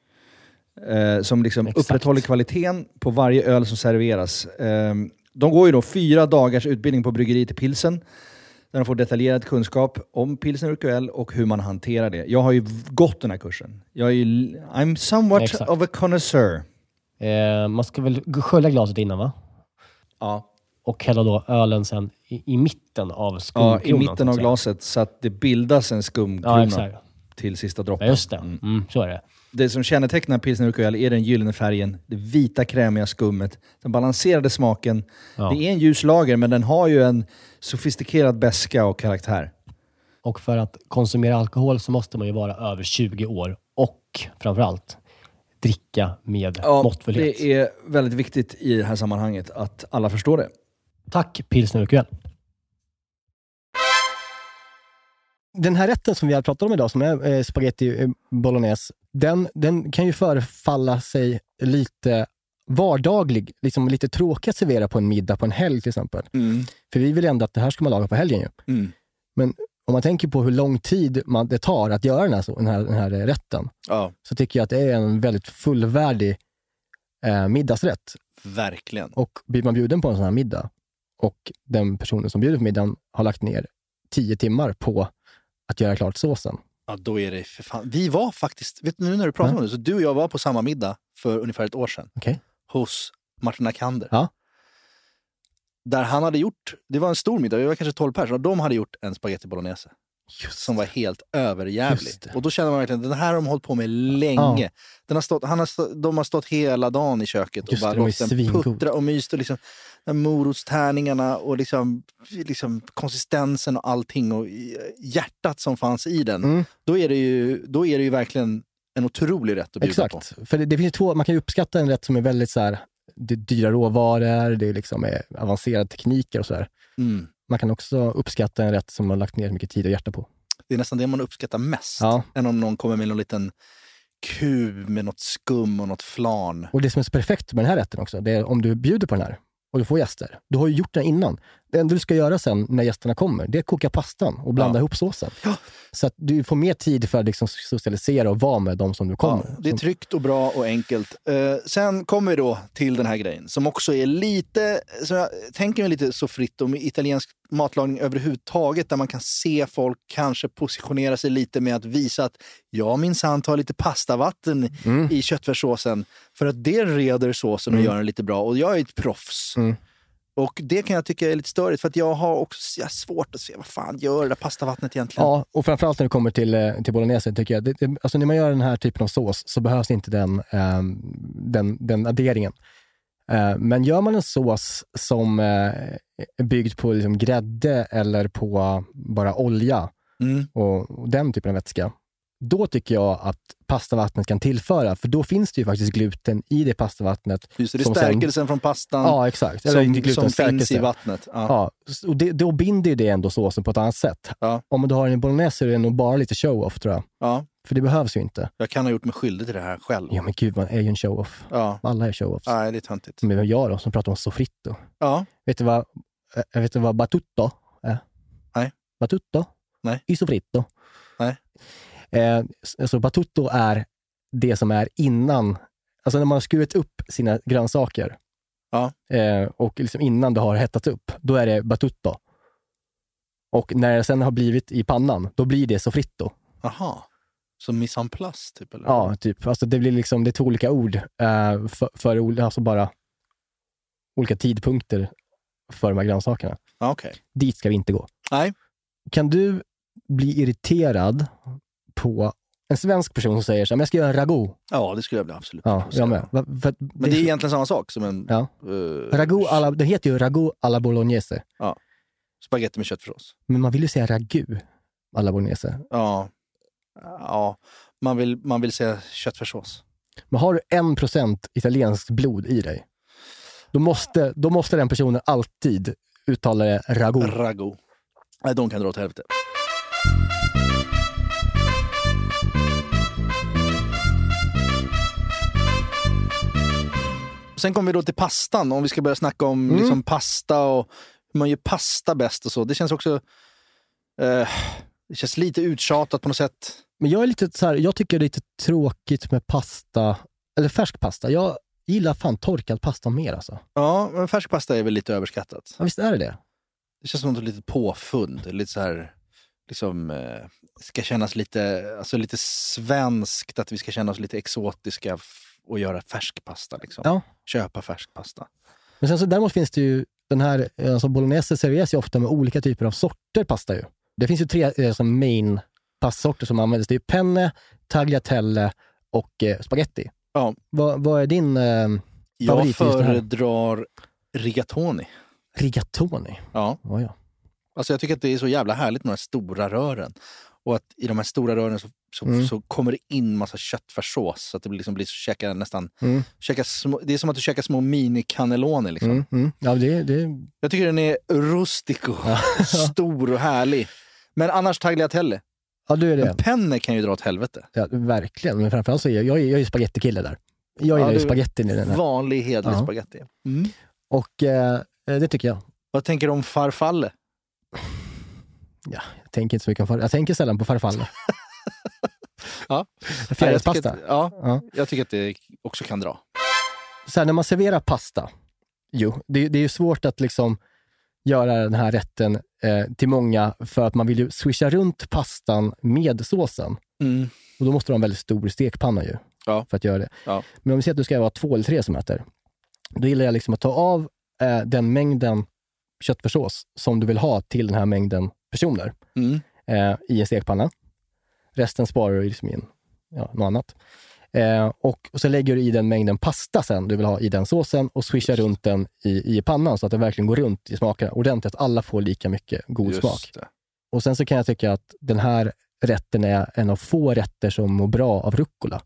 som liksom upprätthåller kvaliteten på varje öl som serveras. De går ju då 4 dagars utbildning på bryggeriet i Pilsen där de får detaljerad kunskap om Pilsner Urquell och hur man hanterar det. Jag har ju gått den här kursen. I'm somewhat of a connoisseur. Man ska väl skölja glaset innan, va? Ja. Och hälla då ölen sen i mitten av skumkronan. Ja, i mitten av glaset så att det bildas en skumkrona till sista droppen. Ja, just det. Så är det. Det som kännetecknar Pilsner Urquell är den gyllene färgen, det vita krämiga skummet, den balanserade smaken. Ja. Det är en ljus lager men den har ju en sofistikerad beska och karaktär. Och för att konsumera alkohol så måste man ju vara över 20 år och framförallt dricka med måttfullhet. Det är väldigt viktigt i det här sammanhanget att alla förstår det. Tack Pilsner Urquell. Den här rätten som vi har pratat om idag som är spaghetti bolognese, den kan ju förefalla sig lite vardaglig, liksom lite tråkigt att servera på en middag på en helg till exempel. För vi vill ändå att det här ska man laga på helgen ju. Men om man tänker på hur lång tid det tar att göra den här rätten, så tycker jag att det är en väldigt fullvärdig middagsrätt. Verkligen. Och blir man bjuden på en sån här middag och den personen som bjuder på middagen har lagt ner 10 timmar på att göra klart såsen. Ja, då är det för fan. Vi var faktiskt, vet du, nu när du pratar om det, så du och jag var på samma middag för ungefär ett år sedan. Hos Martin Akander. Ja. Där han hade gjort, det var en stor middag, vi var kanske 12 personer, och de hade gjort en spaghetti bolognese. Som var helt överjävlig. Och då känner man verkligen, den här har de hållit på med länge. Den har stått, de har stått hela dagen i köket och bara låtit den puttra och myst och liksom morotstärningarna och liksom konsistensen och allting och hjärtat som fanns i den. Då är det ju verkligen en otrolig rätt att bjuda på. För det finns två, man kan ju uppskatta en rätt som är väldigt så här, det är dyra råvaror, det är liksom avancerade tekniker och så här. Man kan också uppskatta en rätt som man har lagt ner mycket tid och hjärta på. Det är nästan det man uppskattar mest. Än om någon kommer med någon liten kub med något skum och något flan. Och det som är så perfekt med den här rätten också, det är om du bjuder på den här och du får gäster. Du har ju gjort den innan. Det enda du ska göra sen när gästerna kommer, det är att koka pastan och blanda ihop såsen. Så att du får mer tid för att liksom socialisera och vara med dem som du kommer. Det är tryggt och bra och enkelt. Sen kommer vi då till den här grejen som också är lite, så jag tänker mig lite så fritt om italiensk matlagning överhuvudtaget, där man kan se folk kanske positionera sig lite med att visa att jag minsann tar lite pastavatten i köttfärssåsen för att det reder såsen och gör den lite bra. Och jag är ett proffs. Och det kan jag tycka är lite störigt, för att jag har svårt att se vad fan gör det där pastavattnet egentligen. Ja, och framförallt när det kommer till bolognese tycker jag. Alltså när man gör den här typen av sås så behövs inte den adderingen. Men gör man en sås som är byggd på liksom grädde eller på bara olja och den typen av vätska, då tycker jag att pastavattnet kan tillföra, för då finns det ju faktiskt gluten i det pastavattnet. Just det, stärkelsen från pastan. Ja, exakt. Eller som finns i vattnet. Ja, och då binder ju det ändå såsen på ett annat sätt. Om du har en bolognese så är det nog bara lite show-off, tror jag. Ja. För det behövs ju inte. Jag kan ha gjort mig skyldig till det här själv. Ja, men gud, man är ju en show-off. Ja. Alla är show-offs. Nej, det är töntigt. Men jag då, som pratar om sofritto. Ja. Vet du vad battuto är? Nej. Battuto? Nej. I sofritto. Nej. Alltså battuto är det som är innan, alltså när man har skurit upp sina grönsaker och liksom innan det har hettat upp, då är det battuto. Och när det sen har blivit i pannan, då blir det sofritto. Aha. Som mise en place typ, eller? Ja, typ. Alltså det blir liksom, det är två olika ord för alltså bara olika tidpunkter för de här grönsakerna. Okay. Dit ska vi inte gå. Nej. Kan du bli irriterad på en svensk person som säger så här, men jag ska göra en ragout? Ja, det skulle jag bli absolut. Ja, jag med. Men det är egentligen samma sak som en... Ja. Ragout det heter ju ragout alla bolognese. Ja. Spaghetti med köttfärssås. Men man vill ju säga ragout alla bolognese. Ja. Ja, man vill säga köttfärssås. Men har du 1% italienskt blod i dig, då måste den personen alltid uttala det ragout. Ragout. Nej, de kan dra åt helvete. Sen kommer vi då till pastan. Om vi ska börja snacka om liksom pasta och hur man gör pasta bäst och så. Det känns också... det känns lite uttjatat på något sätt. Men jag är lite så här, jag tycker det är lite tråkigt med pasta, eller färsk pasta. Jag gillar fan torkad pasta mer alltså. Ja, men färsk pasta är väl lite överskattat. Ja, visst är det. Det känns som något lite påfund. Lite så här, liksom, ska kännas lite, alltså lite svenskt, att vi ska känna oss lite exotiska och göra färsk pasta liksom. Ja. Köpa färsk pasta. Men sen så däremot finns det ju den här, alltså bolognese serveras ju ofta med olika typer av sorter pasta ju. Det finns ju 3 main pastasorter som används. Det är penne, tagliatelle och spaghetti. Ja. Vad är din favorit? Jag föredrar rigatoni. Rigatoni? Ja. Oh, ja. Alltså jag tycker att det är så jävla härligt med de här stora rören. Och att i de här stora rören så kommer det in massa köttfärssås. Så att det liksom blir så käka nästan... det är som att du käkar små mini-cannelloni liksom. Ja, jag tycker den är rustico. Stor och härlig. Men annars tagliatelle. Ja, du är det. Men penne kan ju dra åt helvete. Ja, verkligen. Men framförallt så är jag är ju spagettikille där. Jag gillar ju du- spagetti i den här. Vanlig hedlig Ja. spagetti. Mm. Och det tycker jag. Vad tänker du om farfalle? Ja, jag tänker inte så mycket om jag tänker sällan på farfalle. Ja. Fjärilspasta. Ja, jag tycker att det också kan dra. Så här, när man serverar pasta, det är ju svårt att liksom göra den här rätten till många, för att man vill ju swisha runt pastan med såsen. Mm. Och då måste du ha en väldigt stor stekpanna ju, Ja. för att göra det. Ja. Men om vi säger att du ska vara 2 eller 3 som äter, då gillar jag liksom att ta av den mängden köttfärssås som du vill ha till den här mängden personer Mm. i en stekpanna. Resten sparar du liksom i något annat. Och så lägger du i den mängden pasta sen du vill ha i den såsen och swishar runt den i pannan så att det verkligen går runt i smakerna ordentligt, att alla får lika mycket god smak. Det. Och sen så kan jag tycka att den här rätten är en av få rätter som mår bra av rucola.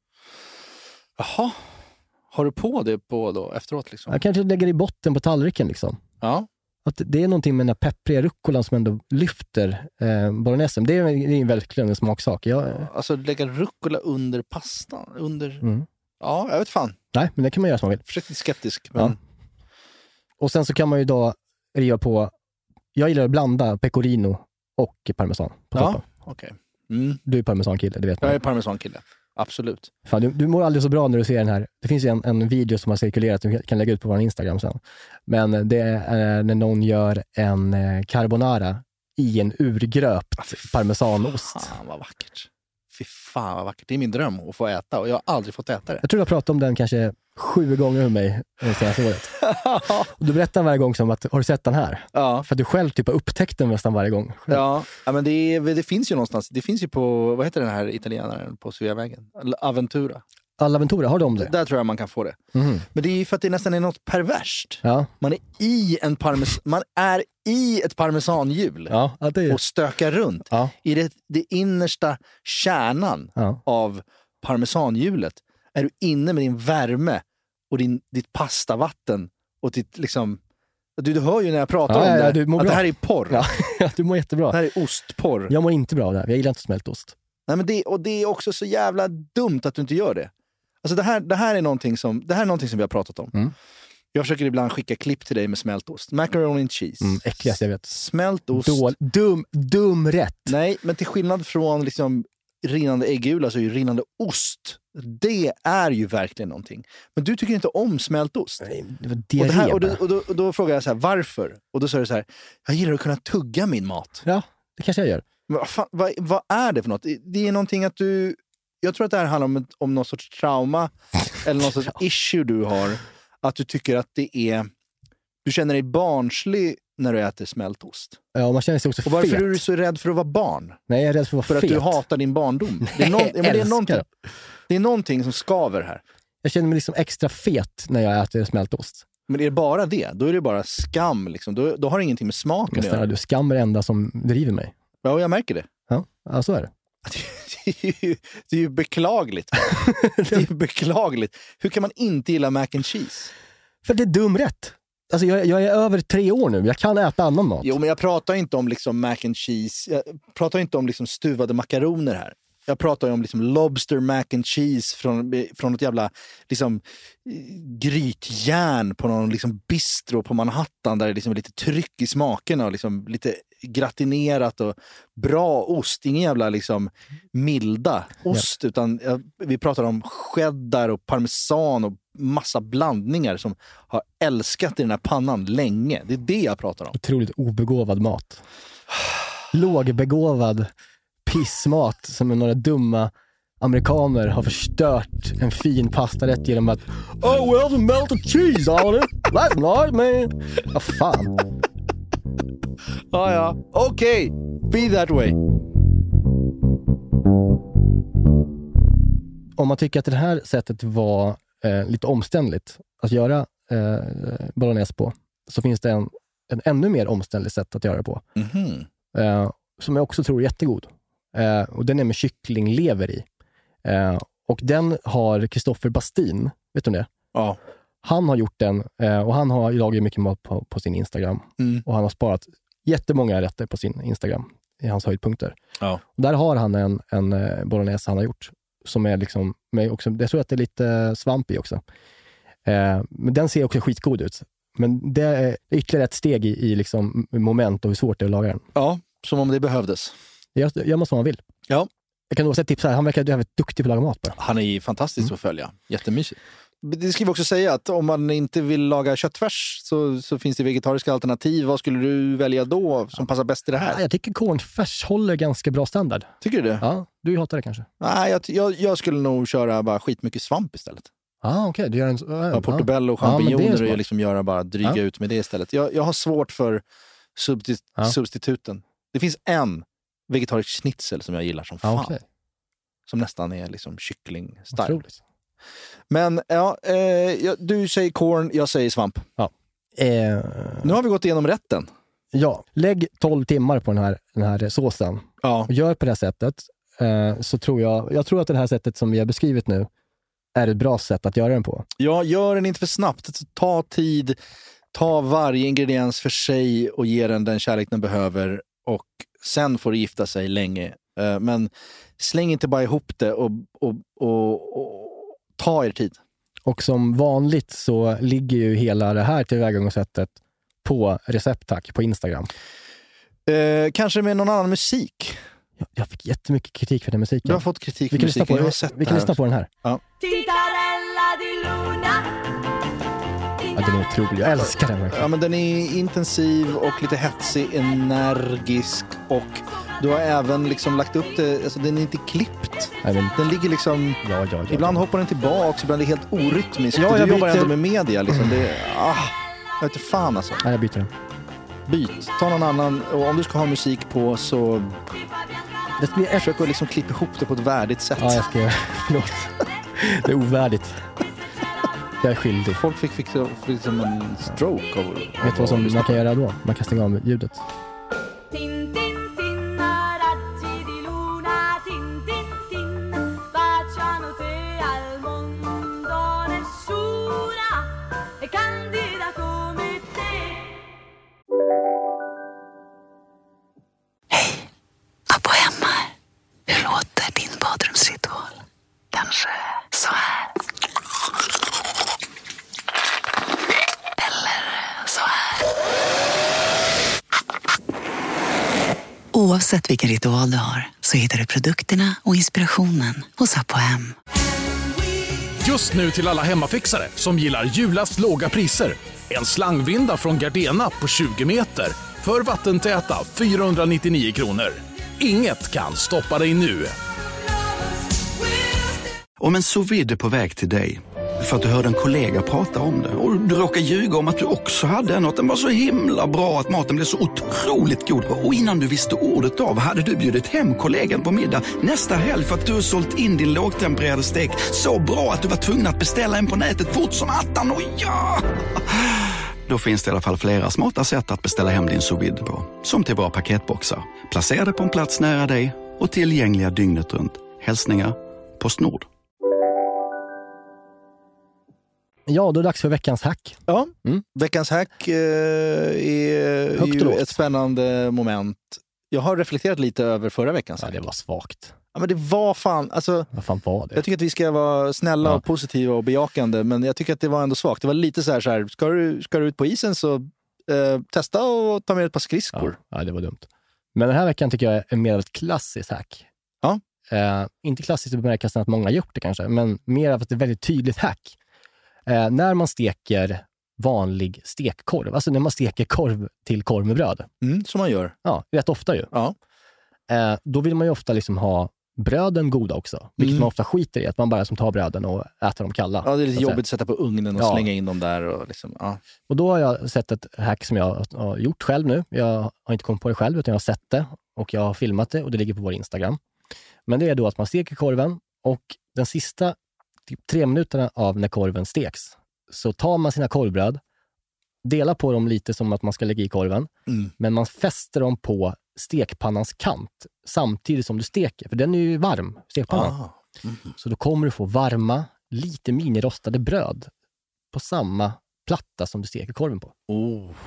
Jaha. Har du på det på då efteråt liksom? Jag kanske lägger i botten på tallriken liksom. Ja. Att det är någonting med den här peppriga rucolan som ändå lyfter bolognesen. Det är verkligen en smaksak. Alltså lägga rucola under pastan. Under... Mm. Ja, jag vet fan. Nej, men det kan man göra som man vill. Försiktigt skeptisk. Men... Ja. Och sen så kan man ju då riva på... Jag gillar att blanda pecorino och parmesan på toppen. Okej. Mm. Du är parmesankille, det vet man. Jag är parmesankille. Absolut. Fan, du mår aldrig så bra när du ser den här. Det finns ju en video som har cirkulerat som vi kan lägga ut på vår Instagram sen. Men det är när någon gör en carbonara i en urgröpt parmesanost. Fan vad vackert. Fy fan vad vackert. Det är min dröm att få äta och jag har aldrig fått äta det. Jag tror jag har pratat om den kanske 7 gånger med mig det senaste året. Och du berättar varje gång som att, har du sett den här? Ja. För att du själv typ har upptäckt den nästan varje gång. Ja, men det finns ju någonstans. Det finns ju på, vad heter den här italienaren på Sveavägen? Aventura. Alla Ventura, har de det? Där tror jag man kan få det. Mhm. Men det är ju för att det nästan är något perverst. Ja, Man är i ett parmesanhjul ja det är och stökar runt. ja, I det innersta kärnan ja. av parmesanhjulet är du inne med din värme och ditt pastavatten och ditt liksom... Du hör ju när jag pratar Ja, om ja, det, du mår att bra. det här är porr. Ja, du mår jättebra. Det här är ostporr. Jag mår inte bra av det här. Jag gillar inte smältost. Nej, men det är också så jävla dumt att du inte gör det. Alltså det här är någonting som vi har pratat om. Mm. Jag försöker ibland skicka klipp till dig med smältost. Macaroni and cheese. Äckligast jag vet. Smältost. Dum rätt. Nej, men till skillnad från liksom rinnande äggula så är ju rinnande ost. Det är ju verkligen någonting. Men du tycker inte om smältost. Nej, det var Och, diarré det här, bara. och då frågar jag så här, varför? Och då säger du så här, jag gillar att kunna tugga min mat. Ja, det kanske jag gör. Men vad är det för något? Det är någonting att du... Jag tror att det här handlar om någon sorts trauma eller någon sorts issue du har. Att du tycker att det är... Du känner dig barnslig när du äter smältost. Ja, och man känner sig också Och varför fet. är du så rädd för att vara barn? Nej, jag är rädd för att För vara att fet. du hatar din barndom. Det är, det är någonting som skaver här. Jag känner mig liksom extra fet när jag äter smältost. Men är det bara det? Då är det bara skam. Liksom. Då har det ingenting med smaken att Nästan, göra. du skam är det enda som driver mig. Ja, jag märker det. Ja, så är det. Det är ju beklagligt. Det är ju beklagligt. Hur kan man inte gilla mac and cheese? För det är dum rätt. Alltså jag är över 3 år nu. Jag kan äta annan mat. Jo, men jag pratar inte om liksom mac and cheese. Jag pratar inte om liksom stuvade makaroner här. Jag pratar ju om liksom lobster mac and cheese från ett jävla liksom grytjärn på någon liksom bistro på Manhattan där det liksom är lite tryck i smakerna och liksom lite gratinerat och bra ost. Ingen jävla liksom milda ost utan vi pratar om cheddar och parmesan och massa blandningar som har älskat i den här pannan länge. Det är det jag pratar om. Otroligt obegåvad mat. Lågbegåvad pissmat som några dumma amerikaner har förstört en fin pastarätt genom att oh well, the melted cheese on it. That's nice, man. Vad fan. Ja. Okej. Be that way. Om man tycker att det här sättet var lite omständligt att göra bolognese på, så finns det en ännu mer omständligt sätt att göra det på. Mhm. Som jag också tror är jättegod. Och den är med kycklinglever i. Och den har Kristoffer Bastin, vet du det? Ja. Han har gjort den och han har lagat mycket mat på sin Instagram. Mm. Och han har sparat jättemånga rätter på sin Instagram i hans höjdpunkter. Ja. Och där har han en bolognese han har gjort som är liksom, med också, jag tror att det är lite svamp i också. Men den ser också skitgod ut. Men det är ytterligare ett steg i liksom moment och hur svårt det är att laga den. Ja, som om det behövdes. Gör man som man vill. Ja. Jag kan också tipsa här, han verkar jävligt duktig på att laga mat bara. Han är fantastisk att följa. Jättemysigt. Det ska vi också säga att om man inte vill laga köttfärs så finns det vegetariska alternativ. Vad skulle du välja då som passar bäst i det här? Jag tycker cornfärs håller ganska bra standard. Tycker du det? Ja, du hatar det kanske. Nej, jag skulle nog köra bara skitmycket svamp istället. Okej. Du gör en portobello och champinjoner och liksom göra bara dryga Ja. ut med det istället. Jag har svårt för substituten. Det finns en vegetarisk schnitzel som jag gillar som fan. Okay. Som nästan är liksom kyckling-style. Otroligt. Men du säger corn, jag säger svamp. Ja. Nu har vi gått igenom rätten. Ja, lägg 12 timmar på den här såsen. Ja. Och gör på det här sättet. Så tror jag tror att det här sättet som vi har beskrivit nu är ett bra sätt att göra den på. Ja, gör den inte för snabbt. Ta tid, ta varje ingrediens för sig och ge den kärlek den behöver. Och sen får det gifta sig länge. Men släng inte bara ihop det och ta er tid. Och som vanligt så ligger ju hela det här tillvägagångssättet på Receptack på Instagram. Kanske med någon annan musik. Jag fick jättemycket kritik för den musiken. Du har fått kritik för vi kan musiken. vi kan lyssna på den här. Ja. Ja, den är otrolig. Jag älskar den verkligen. Ja, men den är intensiv och lite hetsig, energisk och du har även liksom lagt upp det, alltså den är inte klippt. Nej, men, den ligger liksom, ja. ibland hoppar den tillbaka, ibland är det helt orytmiskt. Ja, du jobbar ändå med media liksom. Jag vet inte fan alltså. Nej, jag byter den. Byt, ta någon annan, och om du ska ha musik på så försök att liksom klippa ihop det på ett värdigt sätt. Ja, jag ska förlåt. Det är ovärdigt. Jag är skyldig. Folk fick liksom en stroke av vet du vad som man kan göra då? Man kan stänga av ljudet. Abbo hemma. Hur låter din badrumsritual? Kanske så här. Eller så här. Oavsett vilken ritual du har så hittar du produkterna och inspirationen hos Abbo Hem. Just nu till alla hemmafixare som gillar Julas låga priser. En slangvinda från Gardena på 20 meter för vattentäta 499 kronor. Inget kan stoppa dig nu. Om en sous vide är på väg till dig för att du hörde en kollega prata om det och du råkar ljuga om att du också hade en och att den var så himla bra att maten blev så otroligt god. Och innan du visste ordet av hade du bjudit hem kollegan på middag nästa helg för att du har sålt in din lågtempererade stek så bra att du var tvungen att beställa en på nätet fort som attan. Och ja! Då finns det i alla fall flera smarta sätt att beställa hem din sous vide på. Som till våra paketboxar. Placerade på en plats nära dig och tillgängliga dygnet runt. Hälsningar PostNord. Ja, då är det dags för veckans hack. Ja, veckans hack är ju ett spännande moment. Jag har reflekterat lite över förra veckans hack. Ja, det var svagt. Ja, men det var fan, alltså, vad fan var det? Jag tycker att vi ska vara snälla och positiva och bejakande, men jag tycker att det var ändå svagt. Det var lite så här ska du ut på isen så testa och ta med ett par skridskor. Ja, det var dumt. Men den här veckan tycker jag är mer av ett klassiskt hack. Ja. Inte klassiskt i bemärkelsen att många har gjort det kanske, men mer av ett väldigt tydligt hack. När man steker vanlig stekkorv, alltså när man steker korv till korv med bröd. Som man gör. Ja, rätt ofta ju. Ja. Då vill man ju ofta liksom ha bröden goda också. Vilket man ofta skiter i, att man bara som tar bröden och äter dem kalla. Ja, det är lite jobbigt att sätta på ugnen och slänga in dem där. Och, liksom, och då har jag sett ett hack som jag har gjort själv nu. Jag har inte kommit på det själv, utan jag har sett det. Och jag har filmat det och det ligger på vår Instagram. Men det är då att man steker korven och den sista typ 3 minuterna av när korven steks så tar man sina korvbröd, delar på dem lite som att man ska lägga i korven, men man fäster dem på stekpannans kant samtidigt som du steker, för den är ju varm, stekpannan. Så då kommer du få varma, lite minirostade bröd på samma platta som du steker korven på.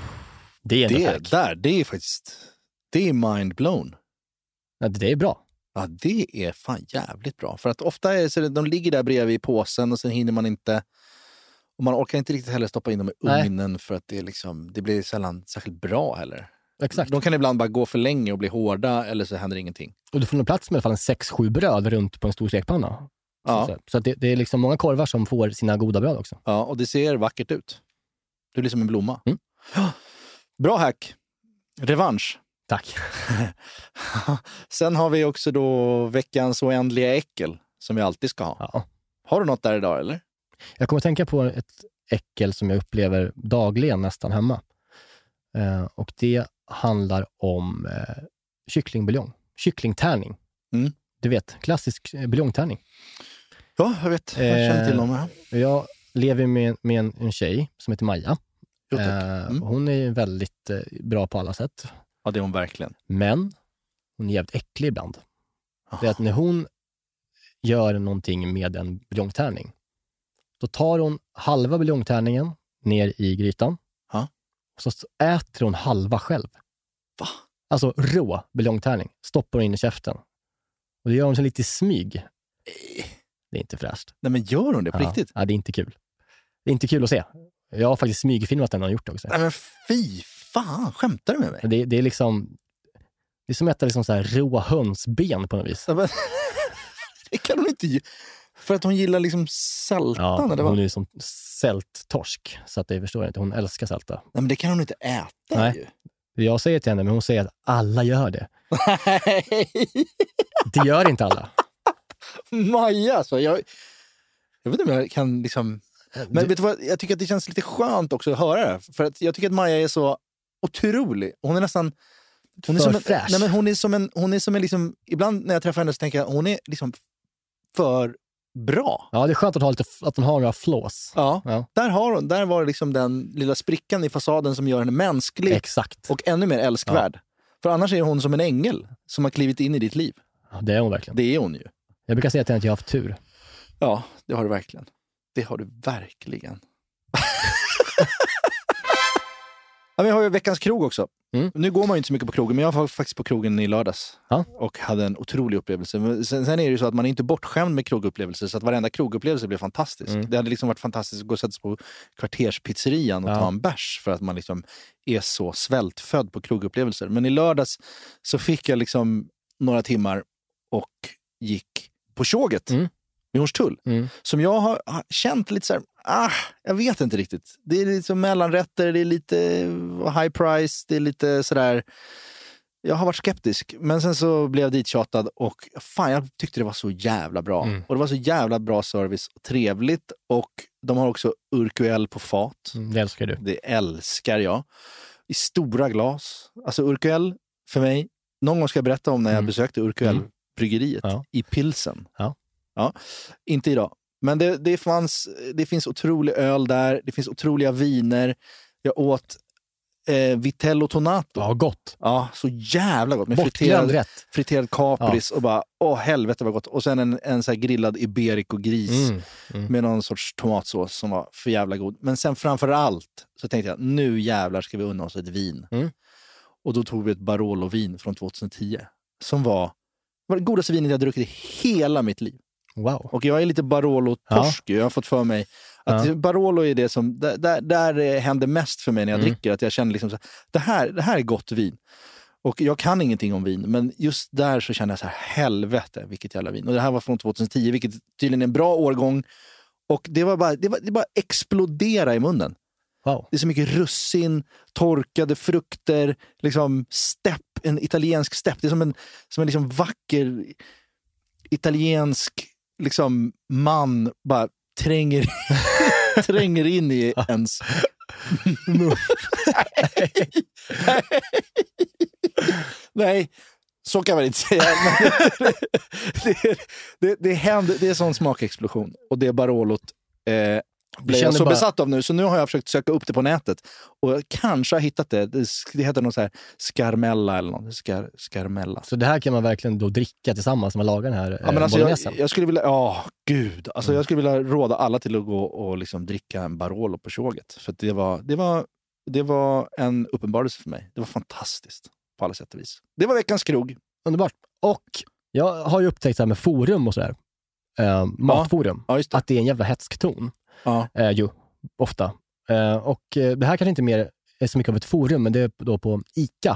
Det är faktiskt, det är mind blown. Ja, det är bra. Ja, det är fan jävligt bra. För att ofta är det så att de ligger där bredvid i påsen och sen hinner man inte... Och man orkar inte riktigt heller stoppa in dem i ugnen för att det blir sällan särskilt bra heller. Exakt. De kan ibland bara gå för länge och bli hårda eller så händer ingenting. Och du får nog plats med i alla fall en 6-7 bröd runt på en stor stekpanna. Ja. Så att det är liksom många korvar som får sina goda bröd också. Ja, och det ser vackert ut. Det blir som en blomma. Mm. Bra hack. Revansch. Tack. Sen har vi också då veckans oändliga äckel som vi alltid ska ha. Ja. Har du något där idag eller? Jag kommer att tänka på ett äckel som jag upplever dagligen nästan hemma. Och det handlar om kycklingbuljong. Kycklingtärning. Mm. Du vet, klassisk buljongtärning. Ja, jag vet. Jag känner till dem. Jag lever med en tjej som heter Maja. Jo, tack. Hon är väldigt bra på alla sätt. Ja, det är hon verkligen. Men hon är jävligt äcklig ibland. Det är att när hon gör någonting med en buljongtärning, då tar hon halva buljongtärningen ner i grytan. Ja. Och så äter hon halva själv. Va? Alltså rå buljongtärning. Stoppar hon in i käften. Och det gör hon så lite i smyg. Det är inte fräscht. Nej, men gör hon det på riktigt? Ja, det är inte kul. Det är inte kul att se. Jag har faktiskt smygfilmat den och gjort det också. Nej, men fy fan, skämtar du med mig? Det är liksom... Det är som att äta liksom så här rå hönsben på något vis. Ja, men, det kan hon inte... För att hon gillar liksom sältan, eller vad? Hon är ju som sälttorsk. Så att jag förstår inte. Hon älskar sälta. Nej, men det kan hon inte äta. Nej. Ju. Jag säger till henne, men hon säger att alla gör det. Nej. Det gör inte alla. Maja, alltså. Jag vet inte om jag kan liksom... Men vet du vad? Jag tycker att det känns lite skönt också att höra det. För att jag tycker att Maja är så otrolig. Hon är nästan... Hon är för som fräsch. Nej, men hon är som en liksom... Ibland när jag träffar henne så tänker jag hon är liksom för bra. Ja, det är skönt att hon har några flås. Ja. Där var det liksom den lilla sprickan i fasaden som gör henne mänsklig. Exakt. Och ännu mer älskvärd. För annars är hon som en ängel som har klivit in i ditt liv. Ja, det är hon verkligen. Det är hon ju. Jag brukar säga till henne att jag har haft tur. Ja, det har du verkligen. Det har du verkligen. Ja, vi har ju veckans krog också. Nu går man ju inte så mycket på krogen, men jag var faktiskt på krogen i lördags. Och hade en otrolig upplevelse. Men sen är det ju så att man är inte bortskämd med krogupplevelser, så att varenda krogupplevelse blev fantastisk. Det hade liksom varit fantastiskt att gå och sätta sig på kvarterspizzerian och ta en bärs för att man liksom är så svältfödd på krogupplevelser. Men i lördags så fick jag liksom några timmar och gick på tåget i Hornstull. Som jag har känt lite så här, jag vet inte riktigt. Det är lite som mellanrätter, det är lite high price, det är lite sådär. Jag har varit skeptisk, men sen så blev jag dittjatad och fan, jag tyckte det var så jävla bra. Och det var så jävla bra service och trevligt, och de har också Urquell på fat. Det älskar du. Det älskar jag. I stora glas. Alltså Urquell, för mig, någon gång ska jag berätta om när jag besökte Urquell-bryggeriet i Pilsen. Ja, inte idag. Men det finns otrolig öl där. Det finns otroliga viner. Jag åt Vitello Tonato. Ja, gott. Ja, så jävla gott. Med friterad kapris och bara, helvete vad gott. Och sen en så här grillad iberico-gris med någon sorts tomatsås som var för jävla god. Men sen framför allt så tänkte jag, nu jävlar ska vi unna oss ett vin. Och då tog vi ett Barolo-vin från 2010 som var det godaste vinet jag druckit i hela mitt liv. Wow. Och jag är lite Barolo-torsk. Jag har fått för mig att Barolo är det som där händer mest för mig när jag dricker. Att jag känner liksom så här, det här är gott vin. Och jag kan ingenting om vin, men just där så känner jag så här, helvete vilket jävla vin. Och det här var från 2010, vilket tydligen är en bra årgång. Och det bara explodera i munnen. Wow. Det är så mycket russin, torkade frukter, liksom en italiensk stepp. Det är som en liksom vacker italiensk liksom man bara tränger in i ens Nej, så kan man inte säga. Det är en sån smakexplosion. Och det är Barolot blev jag så besatt av nu, så nu har jag försökt söka upp det på nätet och kanske har hittat det. Det heter något så här scarmella eller något. Scarmella. Så det här kan man verkligen då dricka tillsammans när man lagar den här men alltså jag skulle vilja, jag skulle vilja råda alla till att gå och liksom dricka en Barolo på tåget. För att det var en uppenbarelse för mig. Det var fantastiskt på alla sätt och vis. Det var veckans krog. Underbart. Och Jag har ju upptäckt så här med forum och sådär. Matforum. Ja, just det. Att det är en jävla hätskton. Ja. Ju, ofta. Och det här kanske inte mer är så mycket av ett forum, men det är då på ICA.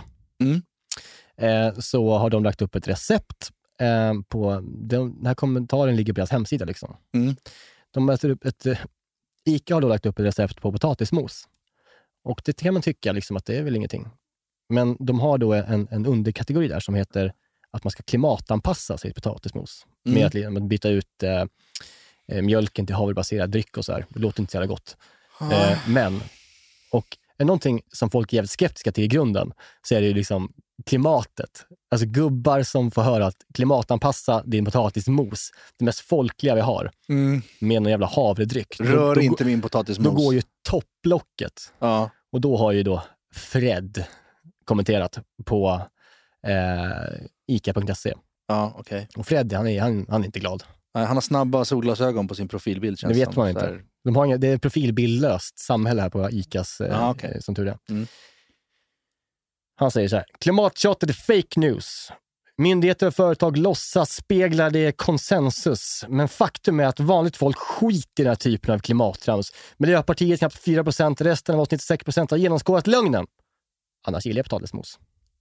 Så har de lagt upp ett recept på... Den här kommentaren ligger på deras hemsida liksom. De har upp ICA har då lagt upp ett recept på potatismos. Och det kan man tycka liksom att det är väl ingenting. Men de har då en underkategori där som heter att man ska klimatanpassa sitt potatismos. Med att byta ut mjölken till havrebaserad dryck och så här. Det låter inte så jävla gott. Men, och är någonting som folk är jävligt skeptiska till i grunden, så är det ju liksom klimatet. Alltså gubbar som får höra att klimatanpassa din potatismos, det mest folkliga vi har, med någon jävla havredryck. Rör inte min potatismos. Då går ju topplocket. Ja. Och då har ju då Fred kommenterat på ica.se. Ja, okej. Och Fred, han är inte glad. Nej, han har snabba solglasögon på sin profilbild. Det vet man inte. Det är profilbildlöst samhälle här på ICAs som tur är. Han säger så här: klimattjatet är fake news. Myndigheter och företag låtsas spegla det konsensus. Men faktum är att vanligt folk skiter i den här typen av klimattrams. Miljöpartiet knappt 4%, resten av 86% har genomskådat lögnen. Annars gillar jag potatismos.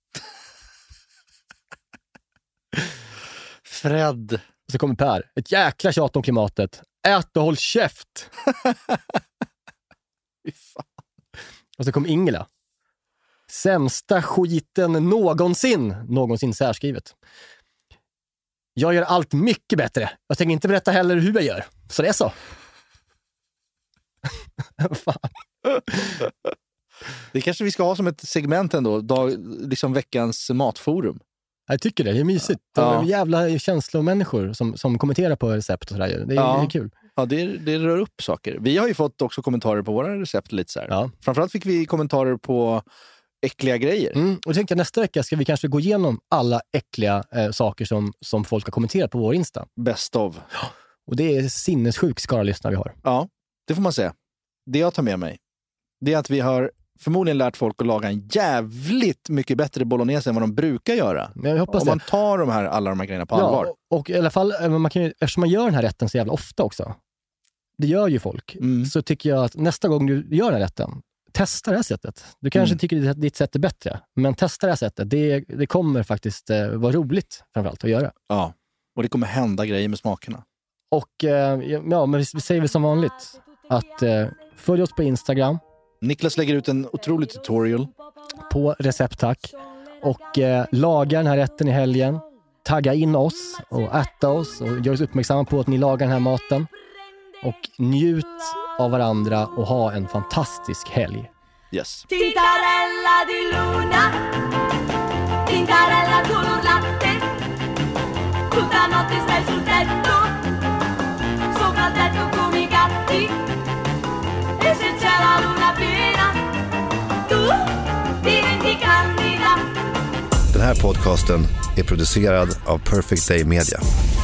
Fred. Så kommer Per. Ett jäkla tjat om klimatet. Ät och håll käft. Och så kommer Ingela. Sämsta skiten någonsin särskrivet. Jag gör allt mycket bättre. Jag tänker inte berätta heller hur jag gör. Så det är så. Fan. Det kanske vi ska ha som ett segment ändå. Liksom veckans matforum. Jag tycker det är mysigt. Det är jävla känslomänniskor som kommenterar på recept och sådär. Det är kul. Ja, det rör upp saker. Vi har ju fått också kommentarer på våra recept lite så här. Ja. Framförallt fick vi kommentarer på äckliga grejer. Och jag tänkte nästa vecka ska vi kanske gå igenom alla äckliga saker som folk har kommenterat på vår Insta. Best of. Och det är sinnessjuk skara lyssnare vi har. Ja, det får man säga. Det jag tar med mig, det är att vi har förmodligen lärt folk att laga en jävligt mycket bättre bolognese än vad de brukar göra. Men jag hoppas om man tar alla de här grejerna på allvar. Och i alla fall, eftersom man gör den här rätten så jävla ofta också, det gör ju folk, så tycker jag att nästa gång du gör den här rätten, testa det här sättet. Du kanske tycker att ditt sätt är bättre, men testa det här sättet. Det kommer faktiskt vara roligt framförallt att göra. Ja, och det kommer hända grejer med smakerna. Och men vi säger väl som vanligt att följ oss på Instagram. Niklas lägger ut en otrolig tutorial på recept, tack. Och laga den här rätten i helgen. Tagga in oss och äta oss och gör oss uppmärksamma på att ni lagar den här maten. Och njut av varandra och ha en fantastisk helg. Yes. Tintarella di luna, tintarella color latte, tutta notte stai sul tetto, sopra il tetto come i gatti, e se c'è la luna piena, tu diventi candida. Den här podcasten är producerad av Perfect Day Media.